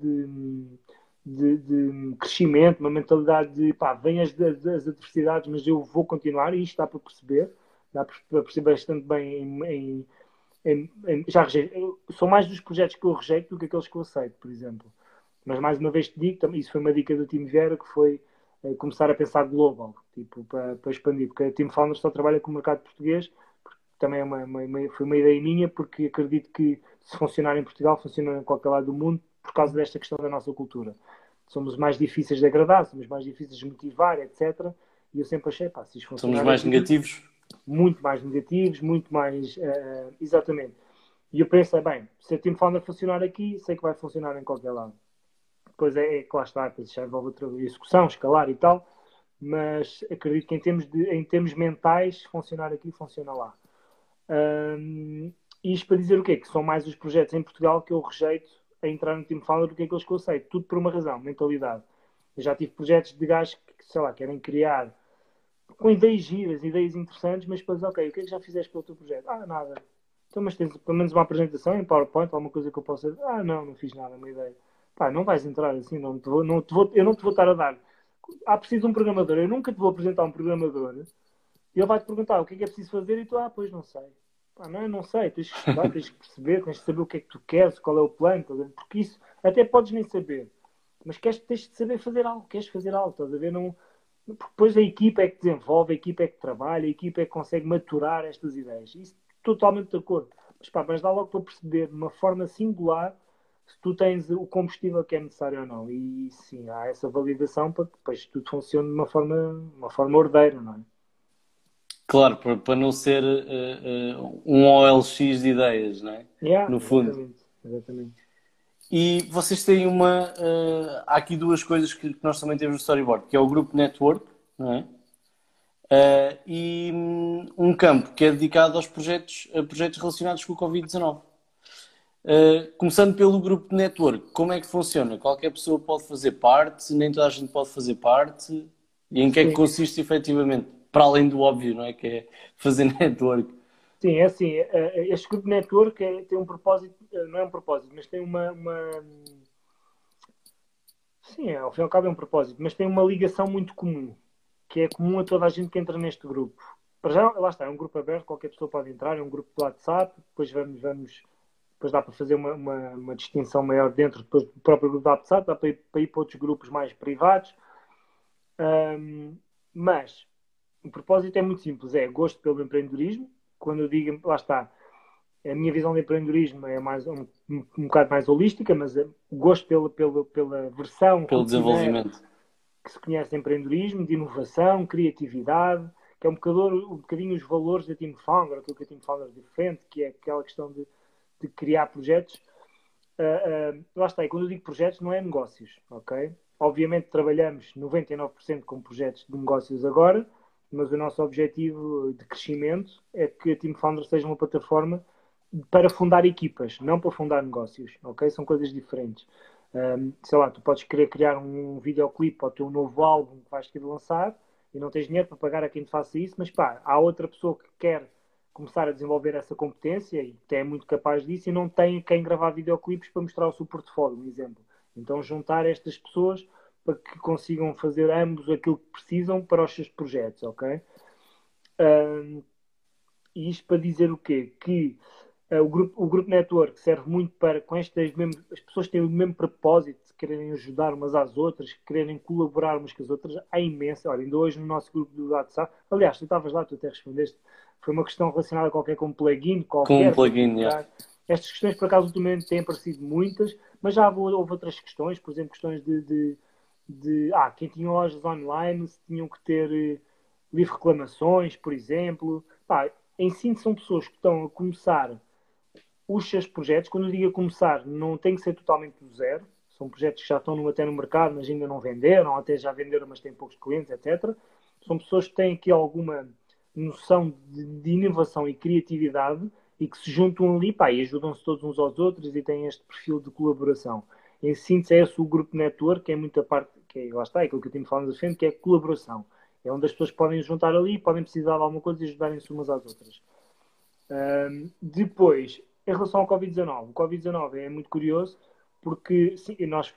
de crescimento, uma mentalidade de venhas das adversidades, mas eu vou continuar, e isto dá para perceber, dá para perceber bastante bem já rejeito. São mais dos projetos que eu rejeito do que aqueles que eu aceito, por exemplo. Mas mais uma vez te digo, isso foi uma dica do Tim Vieira, que foi começar a pensar global, tipo, para expandir, porque a Team Founder só trabalha com o mercado português, também foi uma ideia minha, porque acredito que se funcionar em Portugal, funciona em qualquer lado do mundo, por causa desta questão da nossa cultura. Somos mais difíceis de agradar, somos mais difíceis de motivar, etc. E eu sempre achei, se isto funcionar Somos mais aqui, negativos? muito mais negativos, muito mais... exatamente. E eu pensei, bem, se a Team Founder funcionar aqui, sei que vai funcionar em qualquer lado. Depois que lá está, depois já envolve outra execução, escalar e tal, mas acredito que em termos mentais, funcionar aqui, funciona lá. Isto para dizer o quê? Que são mais os projetos em Portugal que eu rejeito a entrar no Team Founder do que aqueles que eu aceito. Tudo por uma razão, mentalidade. Eu já tive projetos de gajos que, sei lá, querem criar com ideias giras, ideias interessantes, mas depois, ok, o que é que já fizeste pelo teu projeto? Nada. Então, mas tens pelo menos uma apresentação em PowerPoint, alguma coisa que eu possa... não fiz nada, uma ideia. Não vais entrar assim, eu não te vou estar a dar. Preciso de um programador, eu nunca te vou apresentar um programador e ele vai-te perguntar o que é preciso fazer e tu, pois não sei. Pá, não sei, tens que estudar, tens que perceber, tens que saber o que é que tu queres, qual é o plano, porque isso até podes nem saber, mas tens de saber fazer algo, queres fazer algo, estás a ver? Não, porque depois a equipa é que desenvolve, a equipa é que trabalha, a equipa é que consegue maturar estas ideias. Isso totalmente de acordo. Mas dá logo para perceber de uma forma singular se tu tens o combustível que é necessário ou não. E sim, há essa validação para que depois tudo funcione de uma forma ordeira, não é? Claro, para não ser um OLX de ideias, não é? Yeah, No fundo. exatamente. E vocês têm há aqui duas coisas que nós também temos no storyboard, que é o grupo Network, não é? E um campo que é dedicado a projetos relacionados com o Covid-19. Começando pelo grupo de network, como é que funciona? Qualquer pessoa pode fazer parte, nem toda a gente pode fazer parte, e em que é que Sim. consiste efetivamente? Para além do óbvio, não é? Que é fazer network. Sim, é assim, este grupo de network tem um propósito, não é um propósito, mas tem sim, ao fim e ao cabo é um propósito, mas tem uma ligação muito comum, que é comum a toda a gente que entra neste grupo. Para já, lá está, é um grupo aberto, qualquer pessoa pode entrar, é um grupo do WhatsApp, depois dá para fazer uma distinção maior dentro depois do próprio grupo do WhatsApp, dá para ir para outros grupos mais privados. Mas o propósito é muito simples, é gosto pelo empreendedorismo. Quando eu digo, lá está, a minha visão de empreendedorismo é mais um bocado mais holística, mas o gosto pela versão Pelo rotineira desenvolvimento. que se conhece de empreendedorismo, de inovação, criatividade, que é um bocadinho os valores da Team Founder, aquilo que a Team Founder defende, que é aquela questão de criar projetos. Lá está, e quando eu digo projetos não é negócios, ok? Obviamente trabalhamos 99% com projetos de negócios agora, mas o nosso objetivo de crescimento é que a Team Founder seja uma plataforma para fundar equipas, não para fundar negócios, ok? São coisas diferentes. Sei lá, tu podes querer criar um videoclipe para o teu novo álbum que vais querer lançar e não tens dinheiro para pagar a quem te faça isso, mas pá, há outra pessoa que quer começar a desenvolver essa competência e que é muito capaz disso e não tem quem gravar videoclipes para mostrar o seu portfólio, um exemplo. Então juntar estas pessoas para que consigam fazer ambos aquilo que precisam para os seus projetos, ok? E isto para dizer o quê? Que o grupo Network serve muito para, as pessoas têm o mesmo propósito de quererem ajudar umas às outras, quererem colaborar umas com as outras. Há imensa. Olha, ainda hoje no nosso grupo do WhatsApp, aliás, tu estavas lá, tu até respondeste, foi uma questão relacionada qualquer com um plugin, Com um qualquer. plugin, yeah. Estas questões, por acaso, ultimamente têm aparecido muitas, mas já houve outras questões, por exemplo, questões quem tinha lojas online, se tinham que ter livre reclamações, por exemplo. Pá, em síntese, são pessoas que estão a começar os seus projetos. Quando eu digo a começar, não tem que ser totalmente do zero. São projetos que já estão até no mercado, mas ainda não venderam, até já venderam, mas têm poucos clientes, etc. São pessoas que têm aqui alguma noção de inovação e criatividade e que se juntam ali, pá, e ajudam-se todos uns aos outros e têm este perfil de colaboração. Em síntese, é esse o grupo network, que é muita parte, lá está, é aquilo que eu tenho falado na frente, que é colaboração. É onde as pessoas podem juntar ali, podem precisar de alguma coisa e ajudarem-se umas às outras. Depois, em relação ao Covid-19, o Covid-19 é muito curioso porque sim,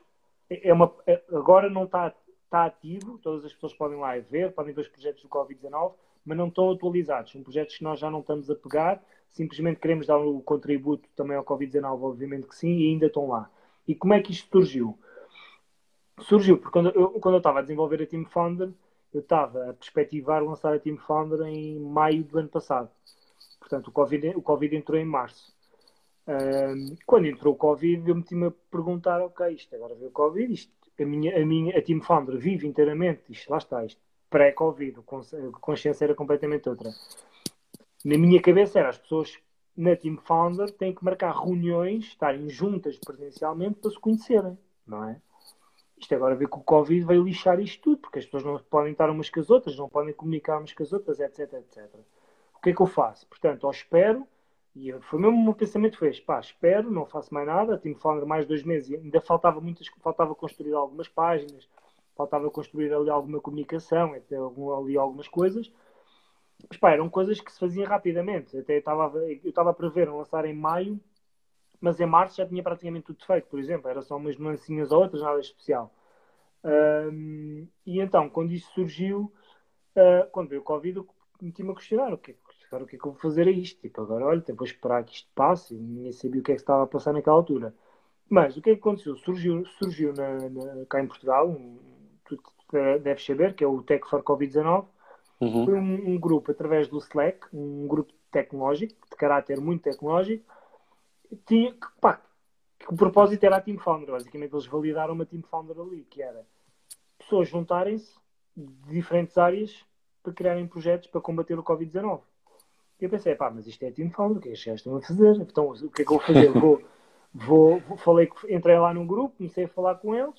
agora não está ativo, todas as pessoas podem lá ver, podem ver os projetos do Covid-19, mas não estão atualizados. São projetos que nós já não estamos a pegar, simplesmente queremos dar o contributo também ao Covid-19, obviamente que sim, e ainda estão lá. E como é que isto surgiu? Surgiu porque quando eu estava a desenvolver a Team Founder, eu estava a perspectivar lançar a Team Founder em maio do ano passado. Portanto, o Covid entrou em março. Quando entrou o Covid, eu meti-me a perguntar, ok, isto agora veio o Covid, a Team Founder vive inteiramente, isto lá está, isto pré-Covid, a consciência era completamente outra. Na minha cabeça era, as pessoas na Team Founder têm que marcar reuniões, estarem juntas presencialmente para se conhecerem, não é? Isto agora vê que o Covid veio lixar isto tudo, porque as pessoas não podem estar umas com as outras, não podem comunicar umas com as outras, etc, etc. O que é que eu faço? Portanto, eu espero, e foi mesmo o meu pensamento fez, pá, espero, não faço mais nada, tenho que falar mais 2 meses, e ainda faltava construir algumas páginas, faltava construir ali alguma comunicação, até ali algumas coisas, mas pá, eram coisas que se faziam rapidamente, até eu estava a prever lançar em maio, mas em março já tinha praticamente tudo feito, por exemplo, era só umas nuancinhas ou outras, nada especial. E então, quando isso surgiu, quando veio o Covid, eu meti-me a questionar o que agora o que é que eu vou fazer a isto? Tipo, agora, olha, depois esperar que isto passe, e ninguém sabia o que é que se estava a passar naquela altura. Mas o que é que aconteceu? Surgiu cá em Portugal, tu deves saber, que é o Tech for Covid-19. Foi Uhum. um grupo através do Slack, um grupo tecnológico, de caráter muito tecnológico, tinha, que o propósito era a Team Founder. Basicamente, eles validaram uma Team Founder ali, que era pessoas juntarem-se de diferentes áreas para criarem projetos para combater o Covid-19. E eu pensei, mas isto é Team Founder, o que é que estes gajos estão a fazer? Então, o que é que eu vou fazer? Entrei lá num grupo, comecei a falar com eles,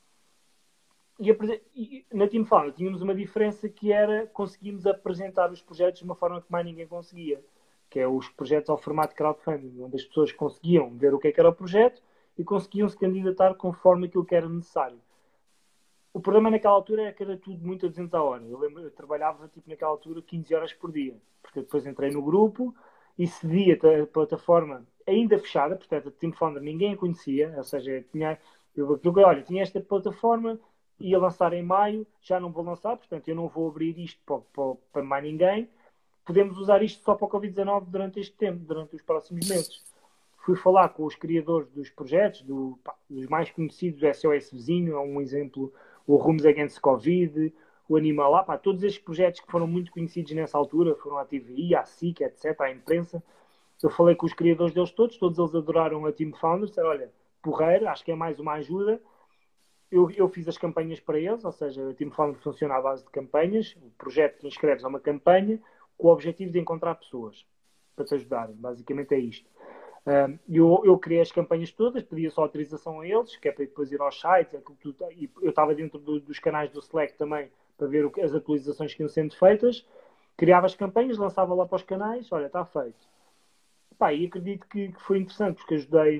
e na Team Founder tínhamos uma diferença que era conseguimos apresentar os projetos de uma forma que mais ninguém conseguia, que é os projetos ao formato crowdfunding, onde as pessoas conseguiam ver o que era o projeto e conseguiam se candidatar conforme aquilo que era necessário. O problema naquela altura era que era tudo muito a 200 a hora. Eu trabalhava naquela altura 15 horas por dia, porque depois entrei no grupo e cedi a plataforma ainda fechada, portanto a Team Founder ninguém a conhecia, ou seja, tinha esta plataforma, ia lançar em maio, já não vou lançar, portanto eu não vou abrir isto para mais ninguém. Podemos usar isto só para o Covid-19 durante este tempo, durante os próximos meses. Fui falar com os criadores dos projetos, dos mais conhecidos, o SOS Vizinho, é um exemplo, o Rooms Against Covid, o Animal Lab, todos estes projetos que foram muito conhecidos nessa altura, foram à TVI, à SIC, etc., à imprensa. Eu falei com os criadores deles todos eles adoraram a Team Founders, disseram, olha, porreiro, acho que é mais uma ajuda. Eu fiz as campanhas para eles, ou seja, a Team Founders funciona à base de campanhas, o projeto que inscreves é uma campanha com o objetivo de encontrar pessoas para te ajudarem, basicamente é isto. Eu criei as campanhas todas, pedia só autorização a eles, que é para depois ir aos sites, e eu estava dentro dos canais do Slack também para ver as atualizações que iam sendo feitas, criava as campanhas, lançava lá para os canais, olha, está feito. E acredito que foi interessante, porque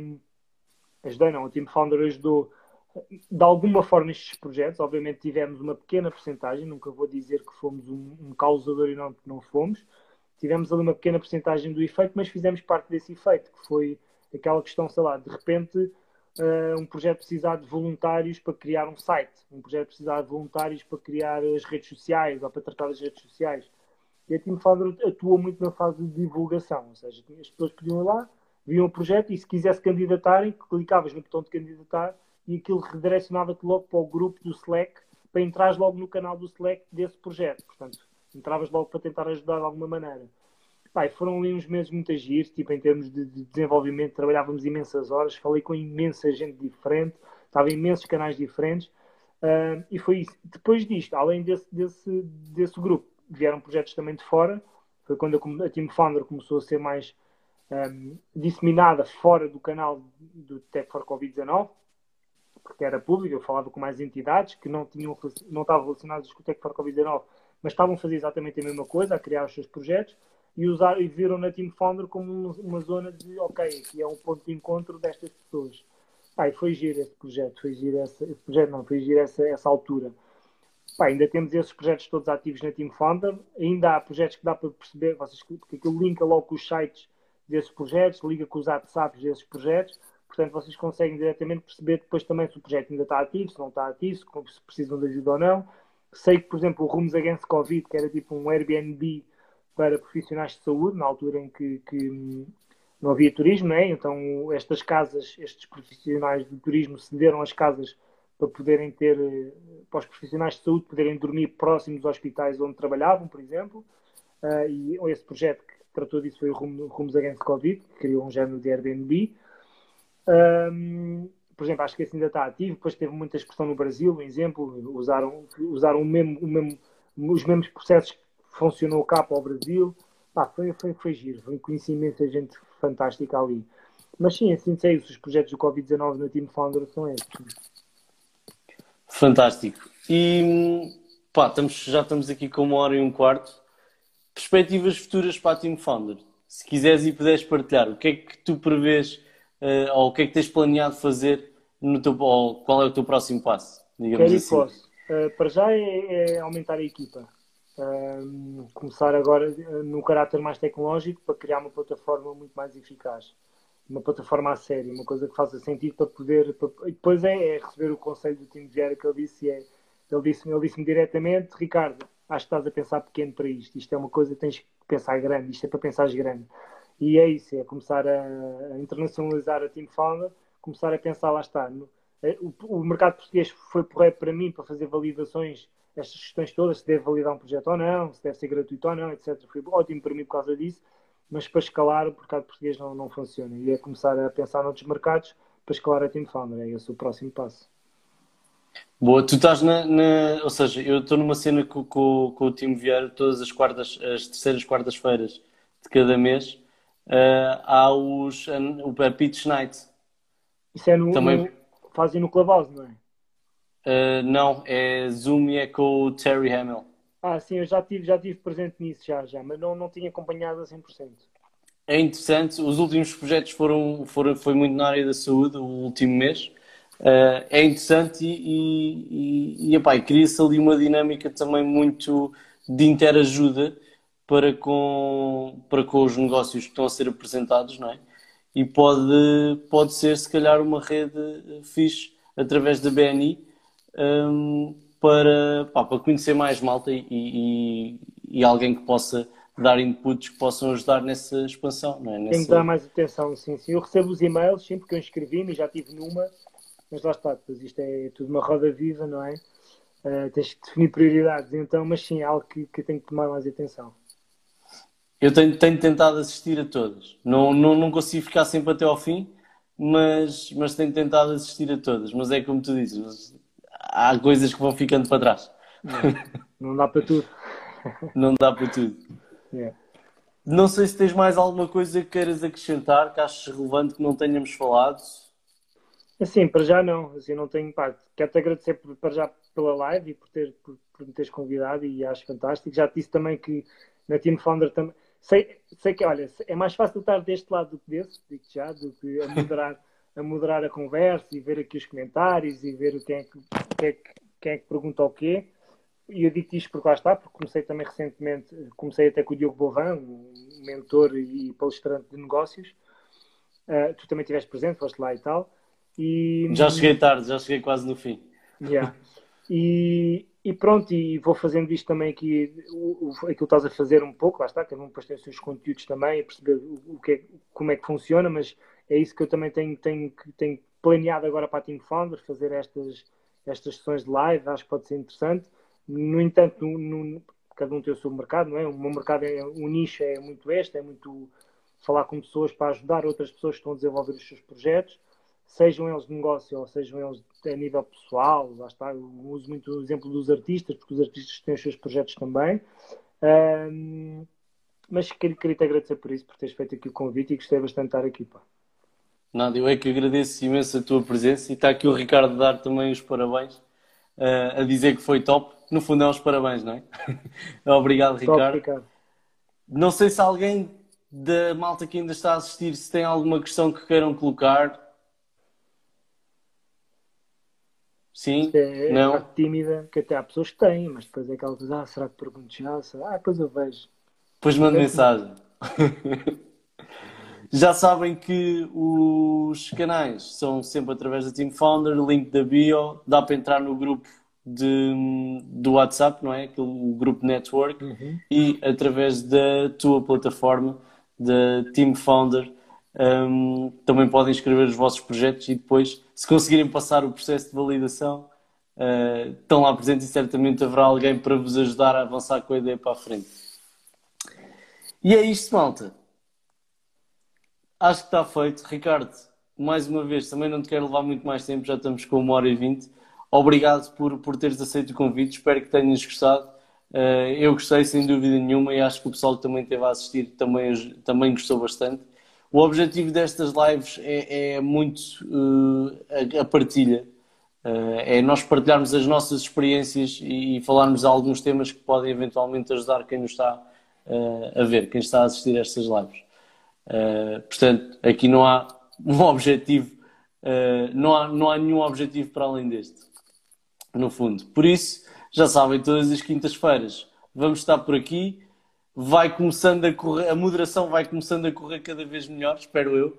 a Team Founder ajudou de alguma forma estes projetos. Obviamente tivemos uma pequena porcentagem, nunca vou dizer que fomos um causador e não fomos. Tivemos ali uma pequena porcentagem do efeito, mas fizemos parte desse efeito, que foi aquela questão, sei lá, de repente um projeto precisar de voluntários para criar um site, um projeto precisar de voluntários para criar as redes sociais ou para tratar das redes sociais. E a Team Founder atuou muito na fase de divulgação, ou seja, as pessoas podiam ir lá, viam o projeto e se quisesse candidatarem, clicavas no botão de candidatar e aquilo redirecionava-te logo para o grupo do Slack, para entrares logo no canal do Slack desse projeto. Portanto, entravas logo para tentar ajudar de alguma maneira. Foram ali uns meses muito giros, tipo, em termos de desenvolvimento, trabalhávamos imensas horas, falei com imensa gente diferente, estava em imensos canais diferentes, e foi isso. Depois disto, além desse grupo, vieram projetos também de fora, foi quando a Team Founder começou a ser mais disseminada fora do canal do Tech for Covid-19, porque era público, eu falava com mais entidades que não estavam relacionadas com o Tech for Covid-19, mas estavam a fazer exatamente a mesma coisa, a criar os seus projetos, e viram na Team Founder como uma zona de, ok, aqui é um ponto de encontro destas pessoas. E foi giro esse projeto, foi giro essa altura. Ainda temos esses projetos todos ativos na Team Founder, ainda há projetos que dá para perceber, porque aquilo linka logo com os sites desses projetos, liga com os WhatsApps desses projetos, portanto vocês conseguem diretamente perceber depois também se o projeto ainda está ativo, se não está ativo, se precisam de ajuda ou não. Sei que, por exemplo, o Rooms Against Covid, que era tipo um Airbnb para profissionais de saúde, na altura em que não havia turismo, né? Então estas casas, estes profissionais de turismo cederam as casas para poderem ter, para os profissionais de saúde poderem dormir próximos dos hospitais onde trabalhavam, por exemplo. E esse projeto que tratou disso foi o Rooms Against Covid, que criou um género de Airbnb. Por exemplo, acho que esse ainda está ativo. Depois teve muita expressão no Brasil, um exemplo, usaram os mesmos processos que funcionou cá para o Brasil. Foi giro, conheci imensa gente fantástica ali. Mas sim, assim sei, os projetos do Covid-19 na Team Founder são esses. Fantástico. E já estamos aqui com 1h15. Perspectivas futuras para a Team Founder. Se quiseres e puderes partilhar, o que é que tu prevês ou o que é que tens planeado fazer ou qual é o teu próximo passo? Digamos assim. Posso. Para já é aumentar a equipa. Começar agora no caráter mais tecnológico para criar uma plataforma muito mais eficaz. Uma plataforma a sério, uma coisa que faça sentido para poder... E depois é receber o conselho do Tim Vieira que ele disse-me diretamente, Ricardo, acho que estás a pensar pequeno para isto. Isto é uma coisa que tens que pensar grande, isto é para pensar grande. E é isso, é começar a internacionalizar a Team Founder, começar a pensar, lá está. O mercado português foi porreiro para mim para fazer validações, estas questões todas, se deve validar um projeto ou não, se deve ser gratuito ou não, etc. Foi ótimo para mim por causa disso, mas para escalar o mercado português não funciona. E é começar a pensar noutros mercados para escalar a Team Founder, é esse o próximo passo. Boa, tu estás ou seja, eu estou numa cena com o Timo Vieira, todas as terceiras quartas-feiras de cada mês, há a Pitch Night. Isso é Também, fazem no Clubhouse, não é? não, é Zoom e é com o Terry Hamill. Sim, eu já tive presente nisso, já, mas não tinha acompanhado a 100%. É interessante, os últimos projetos foi muito na área da saúde, o último mês. É interessante e cria-se ali uma dinâmica também muito de interajuda para com os negócios que estão a ser apresentados, não é? E pode ser, se calhar, uma rede fixe através da BNI para conhecer mais malta e alguém que possa dar inputs que possam ajudar nessa expansão, não é? Tenho que dar mais atenção, sim. Eu recebo os e-mails sempre que eu inscrevi-me e já tive numa, mas lá está, depois isto é tudo uma roda viva, não é? Tens que definir prioridades, então, mas sim, é algo que tenho que tomar mais atenção. Eu tenho tentado assistir a todas. Não consigo ficar sempre até ao fim, mas tenho tentado assistir a todas. Mas é como tu dizes, há coisas que vão ficando para trás. Não dá para tudo. Não dá para tudo. Yeah. Não sei se tens mais alguma coisa que queiras acrescentar, que aches relevante que não tenhamos falado. Assim, para já não. Assim, não tenho. Quero-te agradecer para já pela live e por me teres convidado e acho fantástico. Já te disse também que na Team Founder também. Sei que, olha, é mais fácil estar deste lado do que desse, digo já, do que a moderar a conversa e ver aqui os comentários e ver quem é que pergunta o quê. E eu digo isto porque lá está, porque comecei também recentemente, comecei até com o Diogo Bovan, um mentor e palestrante de negócios. Tu também estiveste presente, foste lá e tal. Já cheguei tarde, já cheguei quase no fim. Yeah. E pronto, e vou fazendo isto também aqui, aquilo que estás a fazer um pouco, lá está, cada um depois tem os seus conteúdos também, a perceber como é que funciona, mas é isso que eu também tenho planeado agora para a Team Founder, fazer estas sessões de live, acho que pode ser interessante. No entanto, cada um tem o seu mercado, não é? O meu mercado, um nicho é muito é muito falar com pessoas para ajudar outras pessoas que estão a desenvolver os seus projetos, sejam eles de negócio ou sejam eles a nível pessoal. Lá está, eu uso muito o exemplo dos artistas, porque os artistas têm os seus projetos também. Mas queria-te agradecer por isso, por teres feito aqui o convite e gostei bastante de estar aqui. Pá. Nada, eu é que agradeço imenso a tua presença e está aqui o Ricardo a dar também os parabéns, a dizer que foi top. No fundo é uns parabéns, não é? Obrigado, Top, Ricardo. Ricardo. Não sei se alguém da malta que ainda está a assistir, se tem alguma questão que queiram colocar. Sim? É Não? a parte tímida, que até há pessoas que têm, mas depois é aquela coisa, será que pergunto já? Depois eu vejo. Depois mando mensagem. Já sabem que os canais são sempre através da Team Founder, link da bio, dá para entrar no grupo do WhatsApp, não é? O grupo Network, e através da tua plataforma, da Team Founder, também podem escrever os vossos projetos e depois, se conseguirem passar o processo de validação, estão lá presentes e certamente haverá alguém para vos ajudar a avançar com a ideia para a frente. E é isto, malta. Acho que está feito. Ricardo, mais uma vez, também não te quero levar muito mais tempo, já estamos com 1h20. Obrigado por teres aceito o convite, espero que tenhas gostado. Eu gostei, sem dúvida nenhuma, e acho que o pessoal que também esteve a assistir também gostou bastante. O objetivo destas lives é muito a partilha. É nós partilharmos as nossas experiências e falarmos de alguns temas que podem eventualmente ajudar quem nos está a ver, quem está a assistir a estas lives. Portanto, aqui não há um objetivo, não há nenhum objetivo para além deste, no fundo. Por isso, já sabem, todas as quintas-feiras vamos estar por aqui. Vai começando a correr, a moderação vai começando a correr cada vez melhor, espero eu.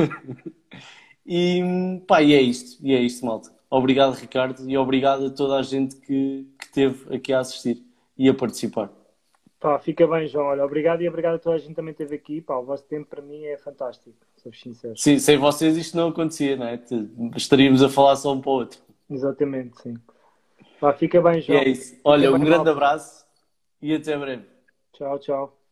E é isto, malta. Obrigado, Ricardo, e obrigado a toda a gente que esteve aqui a assistir e a participar. Pá, fica bem, João. Olha, obrigado e obrigado a toda a gente que também esteve aqui. Pá, o vosso tempo para mim é fantástico, sou sincero. Sim, sem vocês isto não acontecia, não é? Estaríamos a falar só um para o outro. Exatamente, sim. Pá, fica bem, E João. é isso. Fica Olha, um bem, grande malta. abraço e até breve. Tchau, tchau.